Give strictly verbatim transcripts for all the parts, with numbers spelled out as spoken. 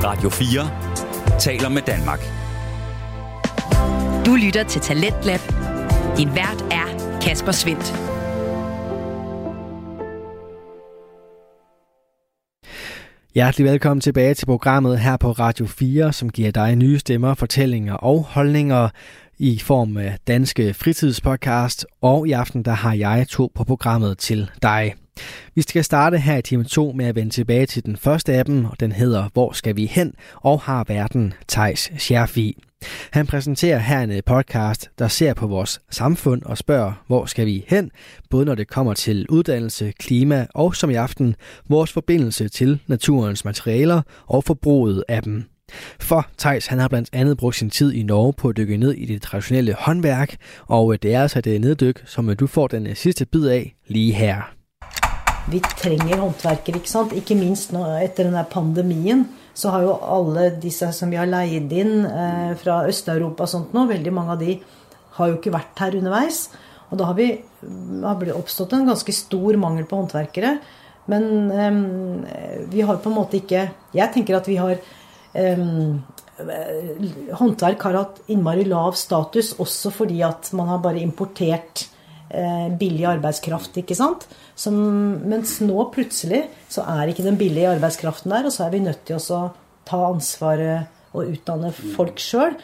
Radio fire taler med Danmark. Du lytter til Talentlab. Din vært er Kasper Svindt. Hjertelig velkommen tilbage til programmet her på Radio fire, som giver dig nye stemmer, fortællinger og holdninger i form af danske fritidspodcast. Og i aften der har jeg to på programmet til dig. Vi skal starte her i time to med at vende tilbage til den første af dem, og den hedder Hvor skal vi hen? Og har værten Theis Scherfig. Han præsenterer her en podcast, der ser på vores samfund og spørger, hvor skal vi hen? Både når det kommer til uddannelse, klima og som i aften, vores forbindelse til naturens materialer og forbruget af dem. For Theis, han har blandt andet brugt sin tid i Norge på at dykke ned i det traditionelle håndværk, og det er altså det neddyk, som du får den sidste bid af lige her. Vi trenger håndverkere, ikke sant? Ikke minst nå etter den her pandemien, så har jo alle disse som vi har leid inn eh, fra Østeuropa og sånt nå, veldig mange av de har jo ikke vært her underveis, og da har vi har blitt oppstått en ganske stor mangel på håndverkere, men eh, vi har på en måte ikke, jeg tenker at vi har Um, håndverk har hatt innmari lav status også fordi at man har bare importert uh, billig arbeidskraft, ikke sant? Som, mens nå plutselig så er ikke den billige arbeidskraften der, og så er vi nødt til å ta ansvaret og utdanne folk selv.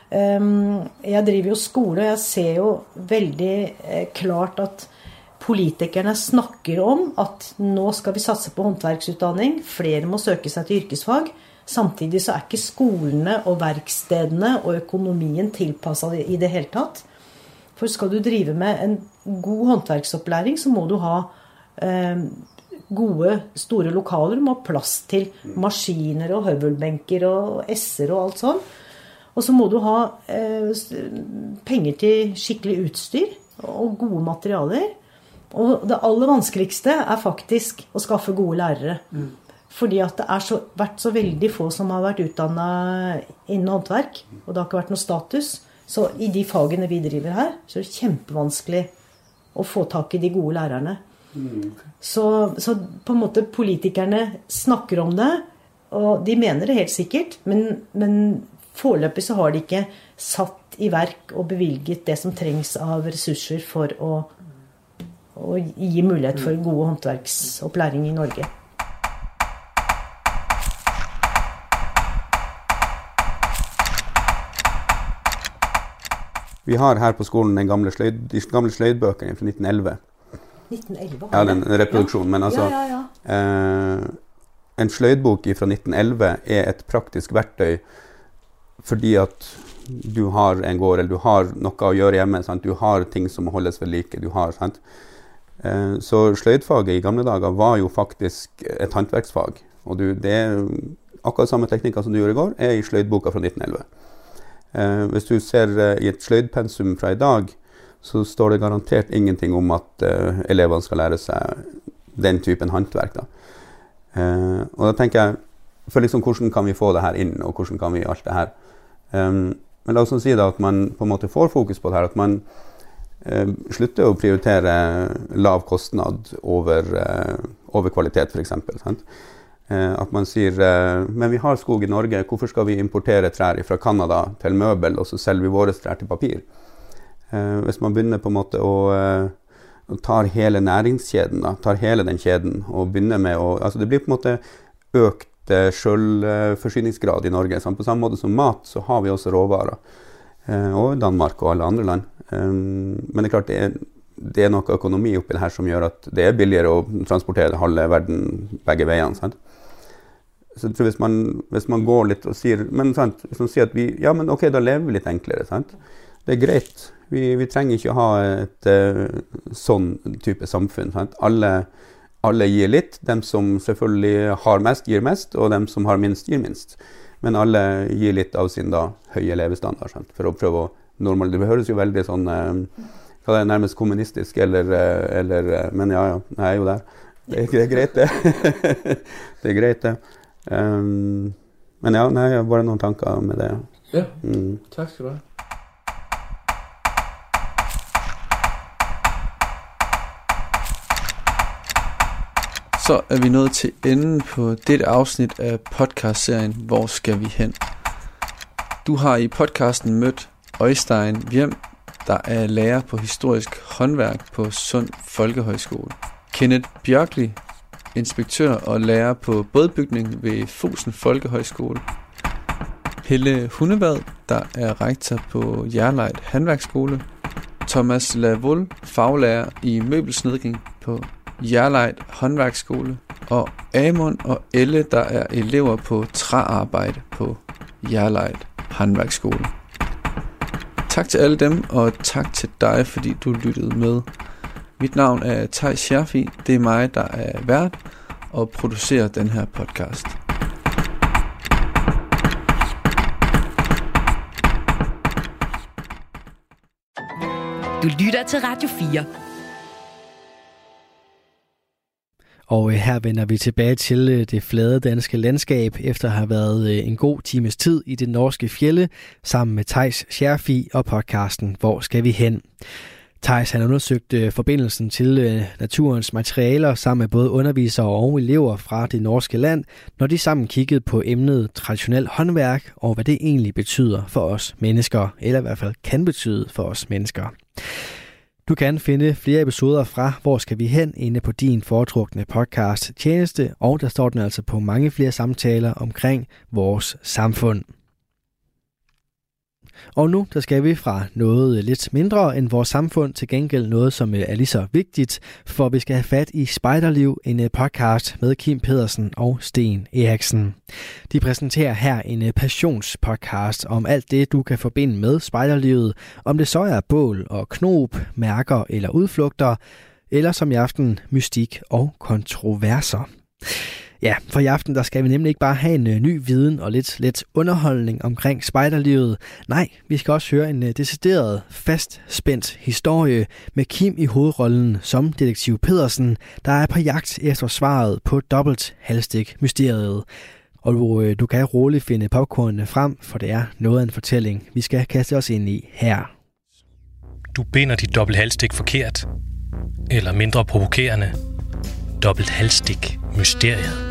Um, jeg driver jo skole, og jeg ser jo veldig uh, klart at politikerne snakker om at nå skal vi satse på håndverksutdanning, flere må søke seg til yrkesfag. Samtidig så er ikke skolene og verkstedene og økonomien tilpasset i det hele tatt. For skal du drive med en god håndverksopplæring, så må du ha eh, gode, store lokaler. Du må ha plass til maskiner og høvelbenker og esser og alt sånt. Og så må du ha eh, penger til skikkelig utstyr og gode materialer. Og det aller vanskeligste er faktisk å skaffe gode lærere. Mm. Fordi at det har så, vært så veldig få som har vært utdannet innen håndverk, og det har ikke vært noe status. Så i de fagene vi driver her, så er det kjempevanskelig å få tak i de gode lærerne. Mm. Så, så på en måte politikerne snakker om det, og de mener det helt sikkert, men, men foreløpig så har de ikke satt i verk og bevilget det som trengs av ressurser for å, å gi mulighet for god håndverksopplæring i Norge. Vi har her på skolen den gamle sløyd, de gamle sløydbøkene fra nitten elleve. nitten elleve? Ja, den reproduksjonen, ja. Men altså, ja, ja, ja. Eh, en sløydbok fra nitten elleve er et praktisk verktøy fordi at du har en gård, eller du har noe å gjøre hjemme, sant? Du har ting som må holdes ved like, du har, sant? Eh, så sløydfaget i gamle dager var jo faktisk et håndverksfag, og du, det er akkurat samme teknikker som du gjorde i går, er i sløydboka fra nitten elleve. Uh, hvis du ser uh, i et sløydpensum fra i dag, så står det garantert ingenting om at uh, elevene skal lære seg den typen håndverk. Da. Uh, og da tenker jeg, for liksom hvordan kan vi få det her inn, og hvordan kan vi alt det her? Um, men la oss si da at man på en måte får fokus på det her, at man uh, slutter å prioritere lav kostnad over, uh, over kvalitet for eksempel, sant? At man sier, men vi har skog i Norge, hvorfor skal vi importere trær fra Kanada til møbel, og så selger vi våre trær til papir? Hvis man begynner på en måte å, å tar hele næringskjeden, da, tar hele den kjeden, og begynner med å, altså det blir på en måte økt selvforsyningsgrad i Norge. På samme måte som mat, så har vi også råvarer, og Danmark og alle andre land. Men det er klart, det er, det er noe økonomi oppi det her som gjør at det er billigere å transportere halve verden begge veiene, sant? Så jeg tror hvis man, hvis man går litt og sier, men sant, hvis man sier at vi, ja, men ok, da lever vi litt enklere, sant? Det er greit. Vi, vi trenger ikke ha et uh, sånn type samfunn, sant? Alle, alle gir litt. Dem som selvfølgelig har mest, gir mest, og dem som har minst, gir minst. Men alle gir litt av sin da høye levestandard, sant? For å prøve å normalisere. Det høres jo veldig sånn, uh, hva det er nærmest kommunistisk, eller, uh, eller uh, men ja, ja, jeg er jo der. Det er, det er greit, det. Det er greit, det. Um, men ja, nei, jeg har bare noen tanker med det. Ja, mm. Takk skal du ha. Så er vi nået til enden på dette afsnit af podcastserien Hvor skal vi hen? Du har i podcasten mødt Øystein Hjem, der er lærer på historisk håndværk på Sund Folkehøjskole. Kenneth Bjørkli, inspektør og lærer på bådbygning ved Fosen Folkehøjskole. Helle Hundevad, der er rektor på Hjerleid Handværksskole. Thomas Lavul, faglærer i møbelsnedking på Hjerleid Håndværksskole. Og Amon og Elle, der er elever på træarbejde på Hjerleid Håndværksskole. Tak til alle dem, og tak til dig, fordi du lyttede med. Mit navn er Theis Scherfig. Det er mig, der er vært og producerer den her podcast. Du lytter til Radio fire. Og her vender vi tilbage til det flade danske landskab, efter at have været en god times tid i det norske fjelde, sammen med Theis Scherfig og podcasten Hvor skal vi hen? Theis har undersøgt forbindelsen til naturens materialer sammen med både undervisere og elever fra det norske land, når de sammen kiggede på emnet traditionel håndværk og hvad det egentlig betyder for os mennesker, eller i hvert fald kan betyde for os mennesker. Du kan finde flere episoder fra Hvor skal vi hen inde på din foretrukne podcast tjeneste, og der står den altså på mange flere samtaler omkring vores samfund. Og nu der skal vi fra noget lidt mindre end vores samfund til gengæld noget, som er lige så vigtigt, for vi skal have fat i Spejderliv, en podcast med Kim Pedersen og Sten Eriksen. De præsenterer her en passionspodcast om alt det, du kan forbinde med spejderlivet, om det så er bål og knob, mærker eller udflugter, eller som i aften mystik og kontroverser. Ja, for i aften der skal vi nemlig ikke bare have en uh, ny viden og lidt, lidt underholdning omkring spejderlivet. Nej, vi skal også høre en uh, decideret fastspændt historie med Kim i hovedrollen som detektiv Pedersen, der er på jagt efter svaret på dobbelt halvstik-mysteriet. Og du, uh, du kan roligt finde popcornene frem, for det er noget af en fortælling, vi skal kaste os ind i her. Du binder dit dobbelt halvstik forkert, eller mindre provokerende, dobbelt halvstik-mysteriet.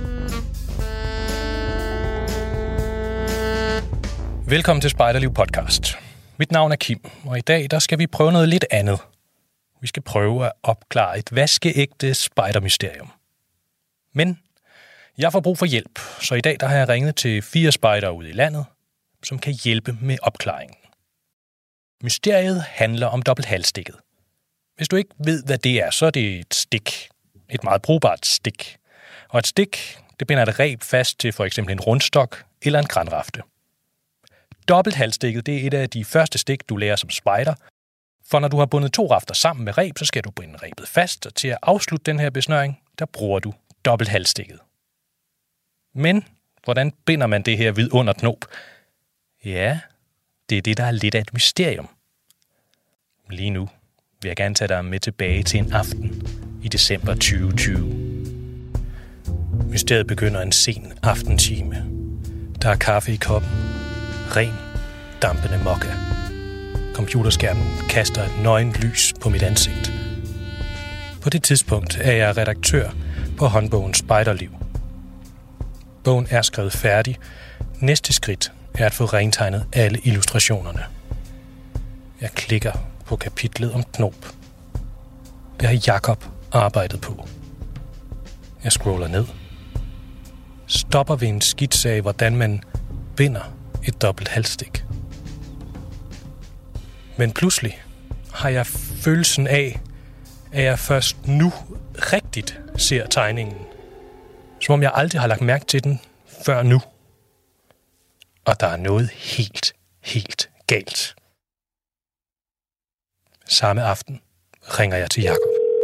Velkommen til Spejderliv podcast. Mit navn er Kim, og i dag der skal vi prøve noget lidt andet. Vi skal prøve at opklare et vaskeægte spejdermysterium. Men jeg får brug for hjælp, så i dag der har jeg ringet til fire spejdere ude i landet, som kan hjælpe med opklaringen. Mysteriet handler om dobbelt halvstikket. Hvis du ikke ved, hvad det er, så er det et stik. Et meget brugbart stik. Og et stik, det binder et reb fast til for eksempel en rundstok eller en granrafte. Dobbelthalsstikket, det er et af de første stik, du lærer som spejder. For når du har bundet to rafter sammen med reb, så skal du binde rebet fast, og til at afslutte den her besnøring, der bruger du dobbelthalsstikket. Men hvordan binder man det her vidunderknob? Ja, det er det, der er lidt af et mysterium. Lige nu vil jeg gerne tage dig med tilbage til en aften i december tyve tyve. Mysteriet begynder en sen aftentime. Der er kaffe i koppen. Ren, dampende mokka. Computerskærmen kaster et nøgent lys på mit ansigt. På det tidspunkt er jeg redaktør på håndbogen Spejderliv. Bogen er skrevet færdig. Næste skridt er at få rentegnet alle illustrationerne. Jeg klikker på kapitlet om knob. Det har Jakob arbejdet på. Jeg scroller ned. Stopper ved en skitse af, hvordan man binder et dobbelt halsstik. Men pludselig har jeg følelsen af, at jeg først nu rigtigt ser tegningen. Som om jeg aldrig har lagt mærke til den før nu. Og der er noget helt, helt galt. Samme aften ringer jeg til Jakob.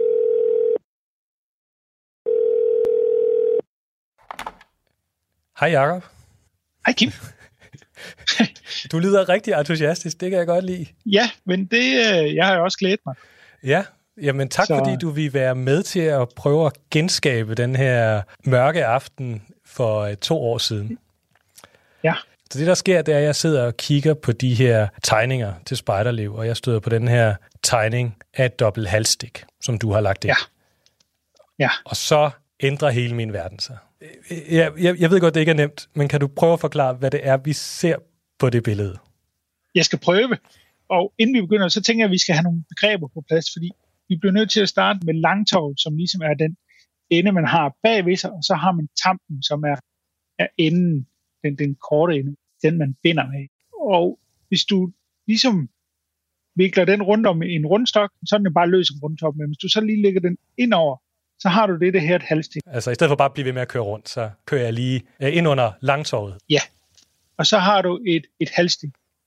Hej Jakob. Hej Kim. Du lyder rigtig entusiastisk, det kan jeg godt lide. Ja, men det, jeg har jo også glædet mig. Ja, jamen tak Så... fordi du vil være med til at prøve at genskabe den her mørke aften for to år siden. Ja. Så det der sker, det er, at jeg sidder og kigger på de her tegninger til Spejderliv, og jeg støder på den her tegning af et dobbelt halsstik, som du har lagt ind. Ja. Ja. Og så ændrer hele min verden sig. Jeg, jeg, jeg ved godt, det ikke er nemt, men kan du prøve at forklare, hvad det er, vi ser på det billede? Jeg skal prøve, og inden vi begynder, så tænker jeg, at vi skal have nogle begreber på plads, fordi vi bliver nødt til at starte med langtorvet, som ligesom er den ende, man har bagved sig, og så har man tampen, som er, er enden, den, den korte ende, den man binder med. Og hvis du ligesom vikler den rundt om en rundstok, så er den bare løs om rundtoppen, men hvis du så lige lægger den ind over, så har du det, det her et halvstik. Altså i stedet for bare at blive ved med at køre rundt, så kører jeg lige ind under langtorvet. Ja, og så har du et, et halvstik.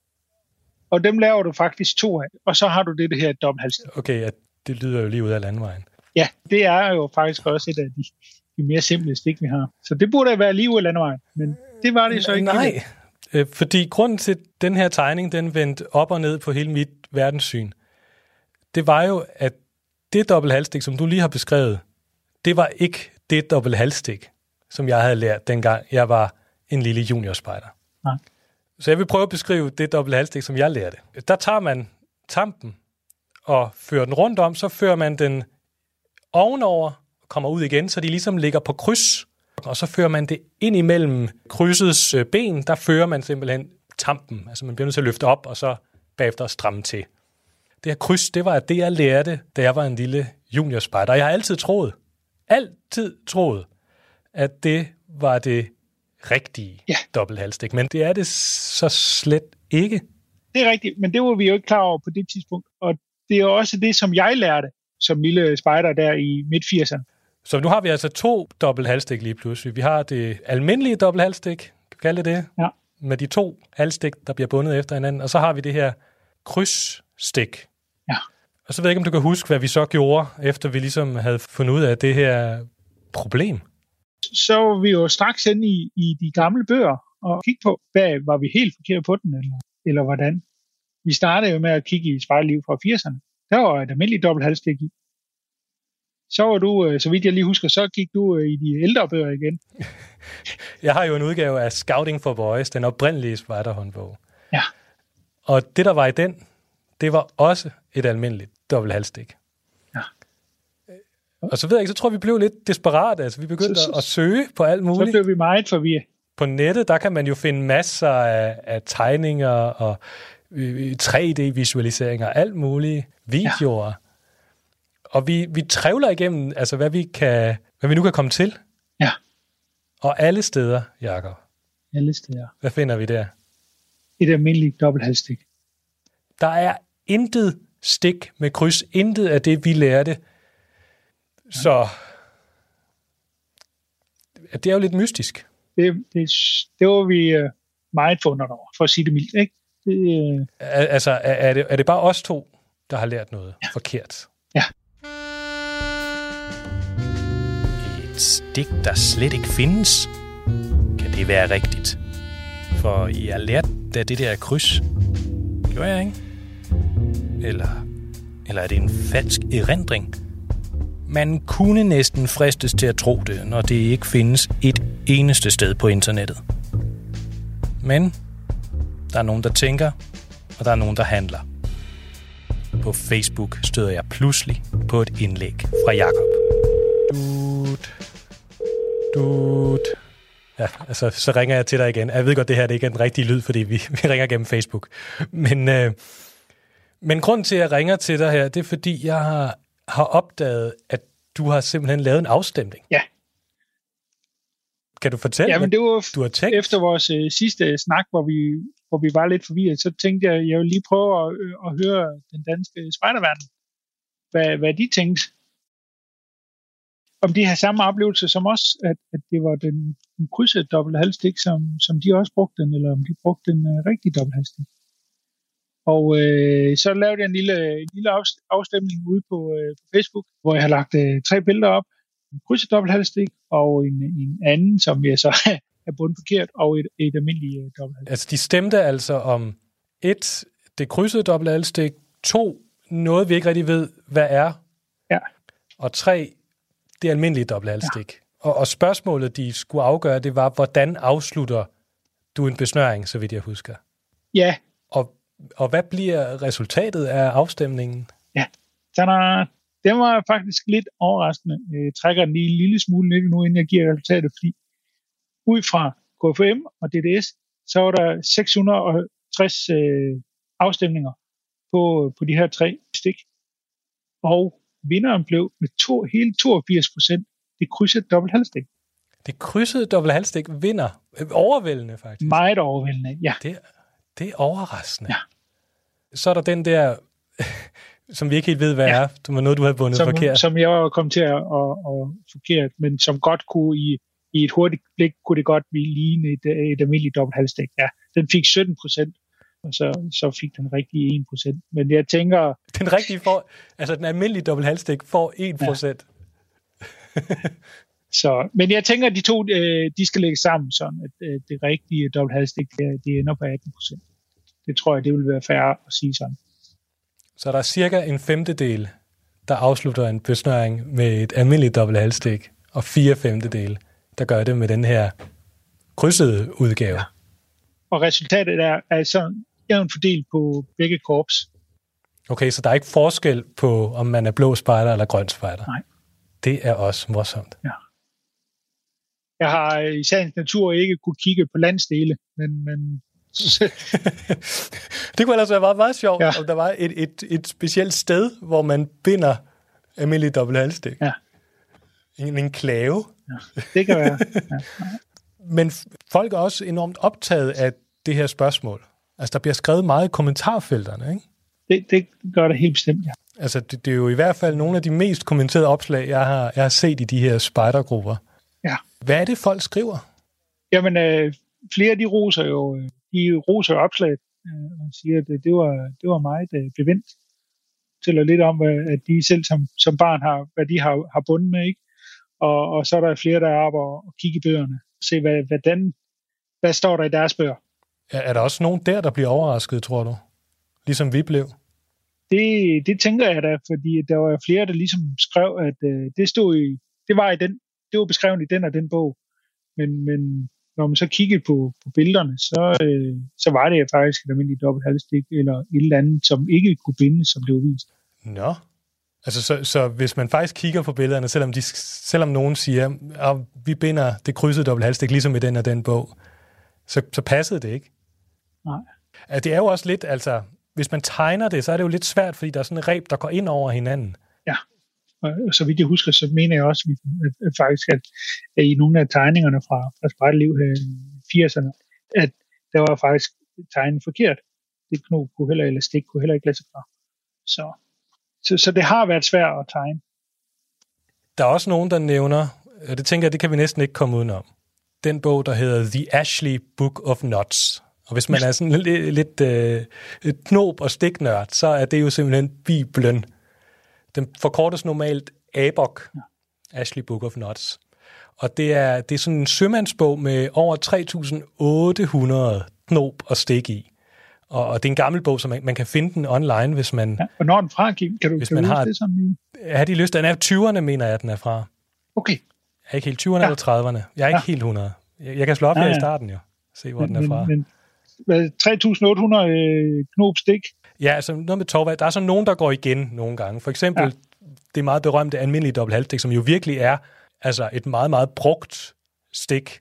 Og dem laver du faktisk to af, og så har du det, det her et dobbelt halvstik. Okay, ja, det lyder jo lige ud af landvejen. Ja, det er jo faktisk også et af de, de mere simple stik, vi har. Så det burde være lige ud af landvejen, men det var det så ikke. Nej, øh, fordi grunden til den her tegning, den vendte op og ned på hele mit verdenssyn, det var jo, at det dobbelt halvstik, som du lige har beskrevet, det var ikke det dobbelt halvstik, som jeg havde lært, dengang jeg var en lille juniorspejder. Nej. Så jeg vil prøve at beskrive det dobbelt halvstik, som jeg lærte. Der tager man tampen og fører den rundt om, så fører man den ovenover og kommer ud igen, så de ligesom ligger på kryds. Og så fører man det ind imellem krydsets ben, der fører man simpelthen tampen. Altså man bliver nødt til at løfte op, og så bagefter stramme til. Det her kryds, det var det, jeg lærte, da jeg var en lille juniorspejder. Jeg har altid troet, altid troet, at det var det rigtige ja. dobbelt halvstik. Men det er det så slet ikke. Det er rigtigt, men det var vi jo ikke klar over på det tidspunkt. Og det er også det, som jeg lærte som lille spejder der i midt firserne. Så nu har vi altså to dobbelt halvstik lige pludselig. Vi har det almindelige dobbelt halvstik, kan vi kalde det det? Ja. Med de to halvstik, der bliver bundet efter hinanden. Og så har vi det her krydsstik. Ja. Og så ved jeg ikke, om du kan huske, hvad vi så gjorde, efter vi ligesom havde fundet ud af det her problem. Så var vi jo straks inde i, i de gamle bøger og kigge på, hvad var vi helt forkert på den, eller, eller hvordan. Vi startede jo med at kigge i spejlliv fra firserne. Der var et almindeligt dobbelt halvstik i. Så var du, så vidt jeg lige husker, så gik du i de ældre bøger igen. Jeg har jo en udgave af Scouting for Boys, den oprindelige spejderhåndbog. Ja. Og det, der var i den, det var også et almindeligt dobbelt halvstik. Ja. Og så ved jeg ikke, så tror vi blev lidt desperate. Altså, vi begyndte så, så, at søge på alt muligt. Så blev vi meget forvirret. På nettet, der kan man jo finde masser af, af tegninger og tre D-visualiseringer, alt muligt, videoer. Ja. Og vi, vi trævler igennem, altså hvad vi, kan, hvad vi nu kan komme til. Ja. Og alle steder, Jakob. Alle steder. Hvad finder vi der? Et almindeligt dobbelt halvstik. Der er intet stik med kryds, intet af det, vi lærte. Ja. Så det er jo lidt mystisk. Det, det, det var vi meget forundret over, for at sige det mildt, ikke? Det, øh... Altså, er, er, det, er det bare os to, der har lært noget ja. forkert? Ja. Et stik, der slet ikke findes, kan det være rigtigt? For jeg lærte da det der kryds. Gjorde jeg, ikke? Eller, eller er det en falsk erindring? Man kunne næsten fristes til at tro det, når det ikke findes et eneste sted på internettet. Men der er nogen, der tænker, og der er nogen, der handler. På Facebook støder jeg pludselig på et indlæg fra Jakob. Dut. Dut. Ja, altså, så ringer jeg til dig igen. Jeg ved godt, det her det ikke er den rigtige lyd, fordi vi, vi ringer gennem Facebook. Men, øh, men grunden til, at jeg ringer til dig her, det er, fordi jeg har, har opdaget, at du har simpelthen lavet en afstemning. Ja. Kan du fortælle, ja, men det var du har tænkt? Efter vores øh, sidste snak, hvor vi, hvor vi var lidt forvirret, så tænkte jeg, at jeg ville lige prøve at, øh, at høre den danske spejderverden, hvad, hvad de tænkte. Om de har samme oplevelse som os, at, at det var den, den krydsede dobbelt halvstik, som, som de også brugte den, eller om de brugte den uh, rigtige dobbelt halvstik. Og øh, så lavede jeg en lille, en lille afstemning ude på, øh, på Facebook, hvor jeg har lagt øh, tre billeder op. En krydset dobbelt halvstik, og en, en anden, som jeg så er bundet forkert, og et, et almindeligt uh, dobbelt halvstik. Altså, de stemte altså om et, det krydsede dobbelt halvstik, to, noget vi ikke rigtig ved, hvad er, ja. Og tre, det almindelige dobbelt halvstik. Ja. Og, og spørgsmålet, de skulle afgøre, det var, hvordan afslutter du en besnøring, så vidt jeg husker? Ja. Og, og hvad bliver resultatet af afstemningen? Ja, tada! den var faktisk lidt overraskende. Jeg trækker den lige en lille smule lidt nu, inden jeg giver resultatet, fordi ud fra K F U M og D D S, så var der seks hundrede og tres øh, afstemninger på, på de her tre stik. Og vinderen blev med to, hele toogfirs procent. Det krydsede dobbelt halvstik. Det krydsede dobbelt halvstik vinder. Overvældende, faktisk. Meget overvældende, ja. Det, det er overraskende. Ja. Så er der den der, som vi ikke helt ved, hvad ja. er. Det var noget, du havde bundet som, forkert. Som jeg var kommet til at, at, at forkert, men som godt kunne i, i et hurtigt blik, kunne det godt ligne et, et almindeligt dobbelt halvstik. Ja, den fik sytten procent, og så, så fik den rigtige en procent. Men jeg tænker... Den rigtige får, altså den almindelige dobbelt halvstik får en procent. Ja. Så, men jeg tænker, at de to, de skal lægge sammen, sådan at det rigtige dobbelt halvstik, det, det ender på atten procent. Det tror jeg, det vil være fair at sige sådan. Så der er cirka en femtedel, der afslutter en besnøring med et almindeligt dobbelt halvstik, og fire femtedel, der gør det med den her krydsede udgave. Ja. Og resultatet er altså jævnt fordelt på begge korps. Okay, så der er ikke forskel på, om man er blå spejder eller grøn spejder? Nej. Det er også morsomt. Ja. Jeg har i sagens natur ikke kunne kigge på landsdele, men... men det kunne ellers være meget, meget sjovt, ja. om der var et, et, et specielt sted, hvor man binder almindelig dobbelt halvstik. Ja. En enklave. Ja, det kan være. Ja. Men folk er også enormt optaget af det her spørgsmål. Altså, der bliver skrevet meget i kommentarfelterne, ikke? Det, det gør det helt bestemt, ja. Altså, det, det er jo i hvert fald nogle af de mest kommenterede opslag, jeg har, jeg har set i de her spejdergrupper. Ja. Hvad er det, folk skriver? Jamen, øh, flere de roser jo, de roser jo opslaget øh, og siger, at det var, det var meget øh, bevendt. Tæller lidt om, at de selv som, som barn har, hvad de har, har bundet med, ikke? Og, og så er der flere, der er oppe og, og kigger i bøgerne. Se, hvad, hvad, den, hvad står der i deres bøger. Er, er der også nogen der, der bliver overrasket, tror du? Ligesom vi blev? Det, det tænker jeg da, fordi der var flere, der ligesom skrev, at øh, det stod i, det var i den, det var beskrevet i den og den bog. Men, men når man så kiggede på, på billederne, så, øh, så var det faktisk et almindeligt dobbelt halvstik, eller et eller andet, som ikke kunne bindes, som det var vist. Nå. Altså, så, så hvis man faktisk kigger på billederne, selvom, de, selvom nogen siger, at vi binder det krydsede dobbelt halvstik, ligesom i den og den bog, så, så passede det ikke. Nej. Det er jo også lidt, altså, hvis man tegner det, så er det jo lidt svært, fordi der er sådan en reb, der går ind over hinanden. Ja, og så vidt jeg husker, så mener jeg også at, at faktisk, at, at i nogle af tegningerne fra, fra spejderliv her i firserne, at der var faktisk tegnet forkert. Det knob kunne heller, eller stik kunne heller ikke lade sig fra. Så, så, så det har været svært at tegne. Der er også nogen, der nævner, og det tænker jeg, det kan vi næsten ikke komme udenom, den bog, der hedder The Ashley Book of Knots. Og hvis man er sådan lidt, lidt øh, knob- og stiknørd, så er det jo simpelthen Bibelen. Den forkortes normalt A B O K, ja. Ashley Book of Knots. Og det er, det er sådan en sømandsbog med over tre tusind otte hundrede knob og stik i. Og, og det er en gammel bog, så man, man kan finde den online, hvis man... Ja, hvornår er den fra, Kim? Kan du, hvis kan man du har det sådan? Har de lyst? Den er tyverne, mener jeg, den er fra. Okay. Jeg er ikke helt tyverne ja. eller trediverne. Jeg er ikke ja. helt hundrede. Jeg, jeg kan slå op ja, her ja. i starten jo. Se, hvor men, den er fra. Men, men tre tusind otte hundrede øh, knob stik? Ja, altså noget med Torvald. Der er så nogen, der går igen nogle gange. For eksempel ja. det meget berømte almindelige dobbelt halvstik, som jo virkelig er altså et meget, meget brugt stik.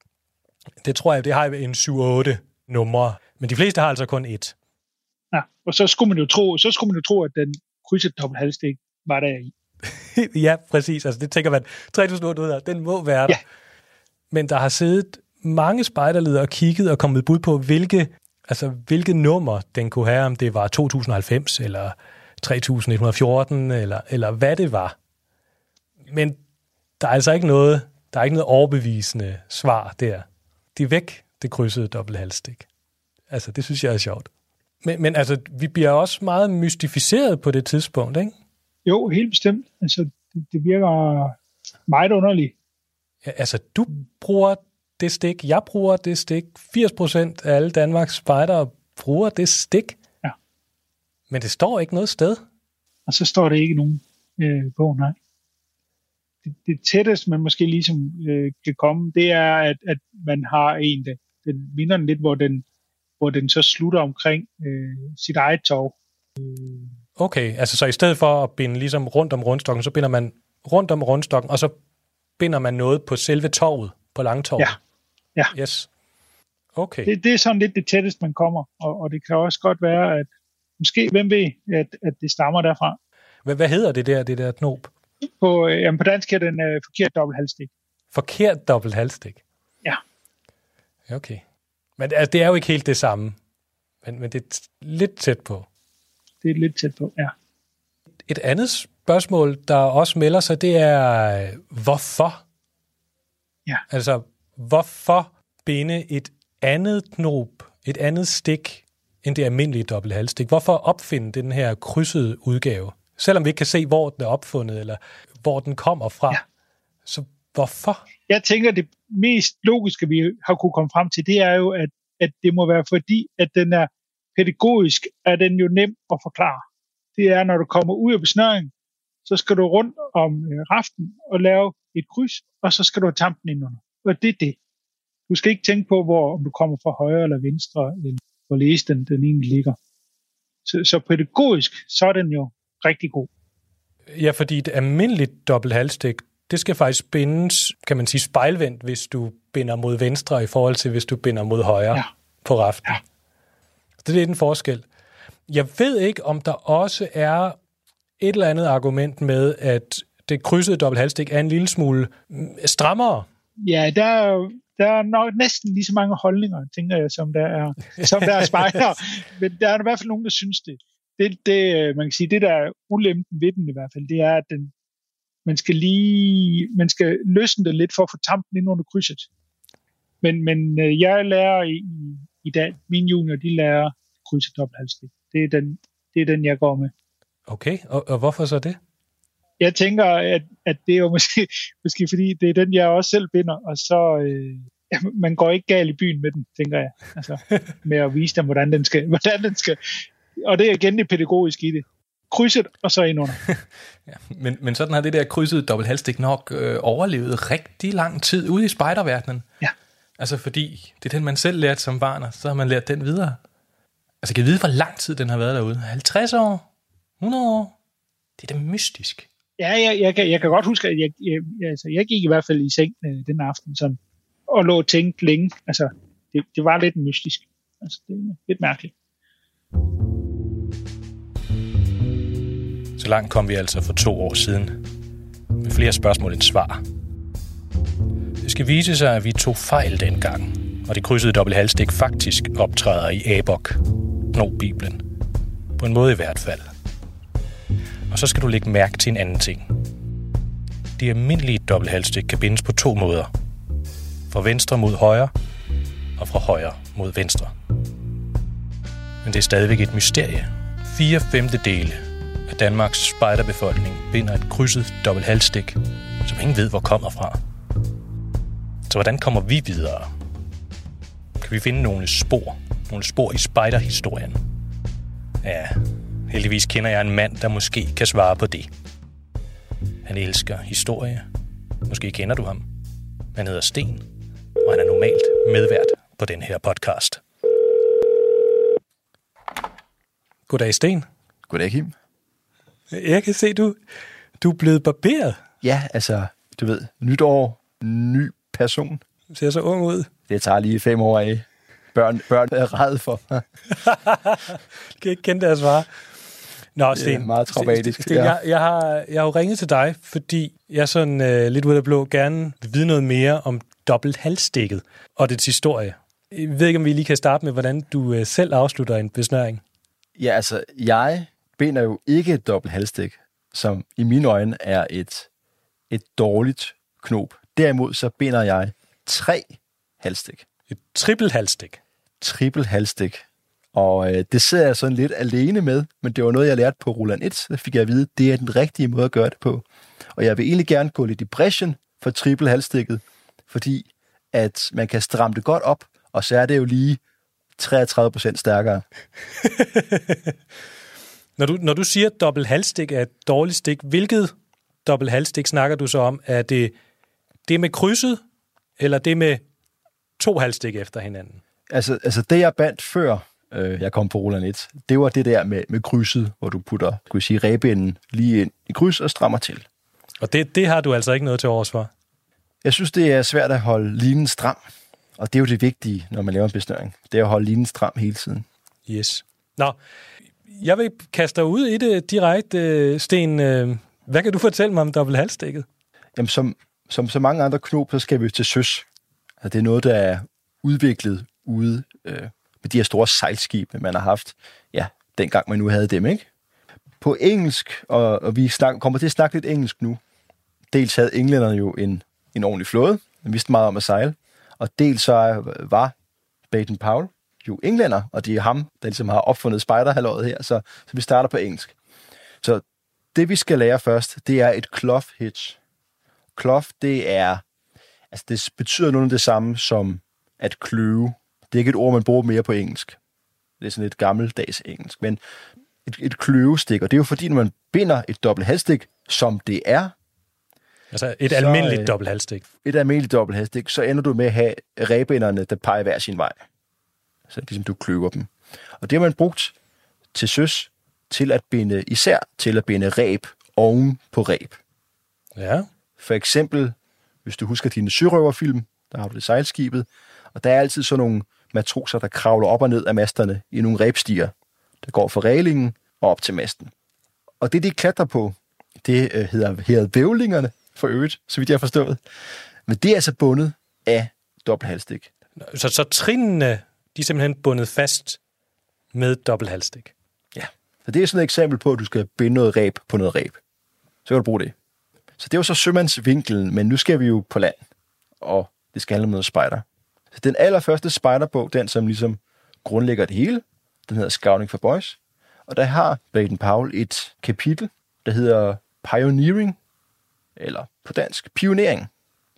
Det tror jeg, det har en syv otte numre. Men de fleste har altså kun et. Ja, og så skulle man jo tro, så skulle man jo tro, at den krydsede dobbelt halvstik var der i. Ja, præcis. Altså det tænker man, tre tusind otte hundrede, den må være der. Ja. Men der har siddet mange spejderledere og kigget og kommet bud på, hvilke, altså, hvilke nummer den kunne have, om det var to tusind og halvfems, eller tre tusind et hundrede og fjorten, eller, eller hvad det var. Men der er altså ikke noget, der er ikke noget overbevisende svar der. De er væk, det krydsede dobbelt halvstik. Altså, det synes jeg er sjovt. Men, men altså, vi bliver også meget mystificeret på det tidspunkt, ikke? Jo, helt bestemt. Altså, det, det virker meget underligt. Ja, altså, du bruger det stik, jeg bruger det stik, firs procent af alle Danmarks spejdere bruger det stik. Ja. Men det står ikke noget sted. Og så står det ikke nogen øh, på, nej. Det, det tætteste, man måske ligesom øh, kan komme, det er, at, at man har en, der den minder lidt, hvor den, hvor den så slutter omkring øh, sit eget tov. Øh, Okay, altså så i stedet for at binde ligesom rundt om rundstokken, så binder man rundt om rundstokken, og så binder man noget på selve torvet, på langtorvet? Ja. Ja. Yes. Okay. Det, det er sådan lidt det tættest, man kommer, og, og det kan også godt være, at måske, hvem ved, at, at det stammer derfra. Hvad, hvad hedder det der, det der knob? På, jamen, på dansk er den øh, forkert dobbelthalsstik. Forkert dobbelthalsstik? Ja. Okay. Men altså, det er jo ikke helt det samme, men, men det er t- lidt tæt på. Det er lidt tæt på, ja. Et andet spørgsmål, der også melder sig, det er, hvorfor? Ja. Altså, hvorfor binde et andet knob, et andet stik, end det almindelige dobbelthalsstik? Hvorfor opfinde den her krydsede udgave? Selvom vi ikke kan se, hvor den er opfundet, eller hvor den kommer fra. Ja. Så hvorfor? Jeg tænker, det mest logiske, vi har kunne komme frem til, det er jo, at, at det må være fordi, at den er pædagogisk, er den jo nem at forklare. Det er, når du kommer ud af besnøringen, så skal du rundt om øh, raften og lave et kryds, og så skal du have tampen ind under. Og det er det. Du skal ikke tænke på, hvor, om du kommer fra højre eller venstre, eller hvorledes den, den egentlig ligger. Så, så pædagogisk, så er den jo rigtig god. Ja, fordi et almindeligt dobbelthalsstik, det skal faktisk bindes, kan man sige, spejlvendt, hvis du binder mod venstre, i forhold til, hvis du binder mod højre ja. på raften. Ja. Det er lidt en forskel. Jeg ved ikke, om der også er et eller andet argument med, at det krydsede dobbelthalsstik er en lille smule strammere. Ja, der er, der er nok næsten lige så mange holdninger, tænker jeg, som der er, som der er spejder. Men der er i hvert fald nogen, der synes det. Det, det, man kan sige, det der er ulempen ved den i hvert fald, det er, at den, man skal lige, man skal løsne det lidt for at få tampen ind under krydset. Men, men jeg lærer i, i dag, mine junior, de lærer krydset dobbelthalsstik. Det er den, det er den, jeg går med. Okay, og, og hvorfor så det? Jeg tænker, at, at det er jo måske, måske fordi, det er den, jeg også selv binder, og så, øh, ja, man går ikke galt i byen med den, tænker jeg. Altså, med at vise dem, hvordan den skal, hvordan den skal. Og det er igen det pædagogiske i det. Krydset, og så ind under. Ja, men, men sådan har det der krydsede dobbelthalsstik nok øh, overlevet rigtig lang tid ude i spejderverdenen. Ja. Altså fordi det er den, man selv lærte som barn, og så har man lært den videre. Altså kan jeg vide, hvor lang tid den har været derude? halvtreds år? hundrede år? Det er da mystisk. Ja, jeg, jeg, kan, jeg kan godt huske, at jeg, jeg, altså, jeg gik i hvert fald i seng øh, den aften sådan, og lå og tænkte længe. Altså, det, det var lidt mystisk. Altså, det er lidt mærkeligt. Så langt kom vi altså for to år siden. Med flere spørgsmål end svar. Det skal vise sig, at vi tog fejl dengang, og det krydsede dobbelthalsstik faktisk optræder i Abok, Knobibelen. På en måde i hvert fald. Og så skal du lægge mærke til en anden ting. Det almindelige dobbelthalsstik kan bindes på to måder. Fra venstre mod højre, og fra højre mod venstre. Men det er stadigvæk et mysterie. Fire femtedele af Danmarks spejderbefolkning binder et krydset dobbelthalsstik, som ingen ved, hvor kommer fra. Så hvordan kommer vi videre? Kan vi finde nogle spor? Nogle spor i spejderhistorien? Ja, heldigvis kender jeg en mand, der måske kan svare på det. Han elsker historie. Måske kender du ham. Han hedder Sten, og han er normalt medvært på den her podcast. Goddag, Sten. Goddag, Kim. Jeg kan se, du, du er blevet barberet. Ja, altså, du ved, nyt år, ny person. Du ser så ung ud. Det tager lige fem år af. Børn, børn er ræd for. Du kan ikke kende deres svar. Nå, Sten. Det er meget traumatisk. Sten, jeg, jeg, har, jeg har jo ringet til dig, fordi jeg sådan øh, lidt ud af blå gerne vil vide noget mere om dobbelthalsstikket og dets historie. Jeg ved ikke, om vi lige kan starte med, hvordan du øh, selv afslutter en besnøring. Ja, altså, jeg binder jo ikke et dobbelthalsstik, som i mine øjne er et, et dårligt knob. Derimod så binder jeg tre halsstik. Et trippelhalsstik. Trippelhalsstik. Og øh, det sidder jeg sådan lidt alene med, men det var noget, jeg lærte på Roland et. Så fik jeg at vide, det er den rigtige måde at gøre det på. Og jeg vil egentlig gerne gå lidt i brechen for trippelhalsstikket, fordi at man kan stramme det godt op, og så er det jo lige treogtredive procent stærkere. Når du, når du siger, at dobbelthalsstik er et dårligt stik, hvilket dobbelthalsstik snakker du så om? Er det det med krydset, eller det med to halsstik efter hinanden? Altså, altså det, jeg bandt før, øh, jeg kom på Roland et, det var det der med, med krydset, hvor du putter, kunne sige, ræbeenden lige ind i kryds og strammer til. Og det, det har du altså ikke noget til overs for? Jeg synes, det er svært at holde linen stram, og det er jo det vigtige, når man laver en besnøring. Det er at holde linen stram hele tiden. Yes. Nå, jeg vil kaste dig ud i det direkte, Sten. Hvad kan du fortælle mig om dobbelthalsstikket? Jamen, som, som så mange andre knop, så skal vi til søs. Altså, det er noget, der er udviklet ude øh, med de her store sejlskibe, man har haft, ja, dengang man nu havde dem, ikke? På engelsk, og, og vi snak, kommer til at snakke lidt engelsk nu, dels havde englænderne jo en, en ordentlig flåde, de vidste meget om at sejle, og dels så var Baden-Powell jo englænder, og det er ham, der ligesom har opfundet spejderhalvåret her, så, så vi starter på engelsk. Så det, vi skal lære først, det er et cloth hitch. Cloth, det er, altså det betyder noget af det samme som at kløve. Det er ikke et ord, man bruger mere på engelsk. Det er sådan et gammeldags engelsk, men et, et kløvestik, og det er jo fordi, når man binder et dobbelthalsstik, som det er, altså et så, almindeligt øh, dobbelthalsstik. Et almindeligt dobbelthalsstik, så ender du med at have ræbinderne, der peger hver sin vej. Så ligesom du kløver dem. Og det har man brugt til søs til at binde, især til at binde ræb oven på ræb. Ja. For eksempel, hvis du husker dine sørøverfilm, der har du det sejlskibet, og der er altid sådan nogle matroser, der kravler op og ned af masterne i nogle ræbstiger, der går fra rælingen og op til masten. Og det, de klatrer på, det øh, hedder, hedder vævlingerne for øvrigt, så vidt jeg har forstået. Men det er altså bundet af dobbelthalsstik. Så, så trinene, de er simpelthen bundet fast med dobbelthalsstik? Ja, så det er sådan et eksempel på, at du skal binde noget ræb på noget ræb. Så kan du bruge det. Så det var så sømandsvinkelen, men nu skal vi jo på land, og det skal handle om noget spejder. Så den allerførste spejderbog, den som ligesom grundlægger det hele, den hedder Scouting for Boys, og der har Baden-Powell et kapitel, der hedder Pioneering, eller på dansk, pionering.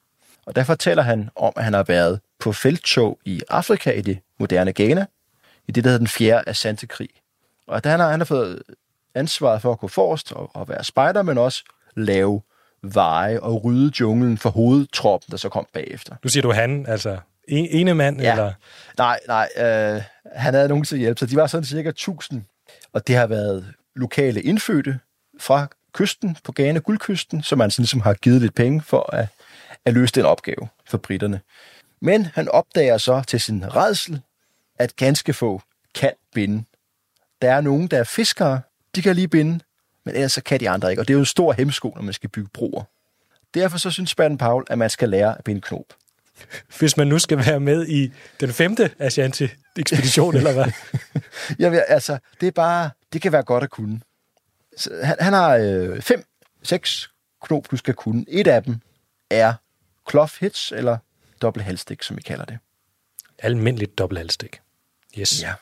Og der fortæller han om, at han har været på felttog i Afrika, i det moderne Ghana, i det, der hedder den fjerde Asante-krig. Og der han har han har fået ansvaret for at gå forrest og, og være spejder, men også lave veje og rydde junglen for hovedtroppen, der så kom bagefter. Nu siger du han, altså en, ene mand? Ja. Eller? Nej, nej, øh, han havde nogen til at hjælpe, så de var sådan cirka tusind. Og det har været lokale indfødte fra kysten, på Ghana, Guldkysten, som man sådan ligesom har givet lidt penge for at, at løse den opgave for britterne. Men han opdager så til sin rædsel, at ganske få kan binde. Der er nogen, der er fiskere, de kan lige binde, men ellers så kan de andre ikke. Og det er jo en stor hemsko, når man skal bygge broer. Derfor så synes Baden-Powell, at man skal lære at binde knob. Hvis man nu skal være med i den femte Ashanti-ekspedition, eller hvad? Jamen, altså, det er bare, det kan være godt at kunne. Så han, han har øh, fem, seks knob, du skal kunne. Et af dem er cloth hitch, eller dobbelthalsstik, som vi kalder det. Almindeligt dobbelthalsstik. Yes. Ja.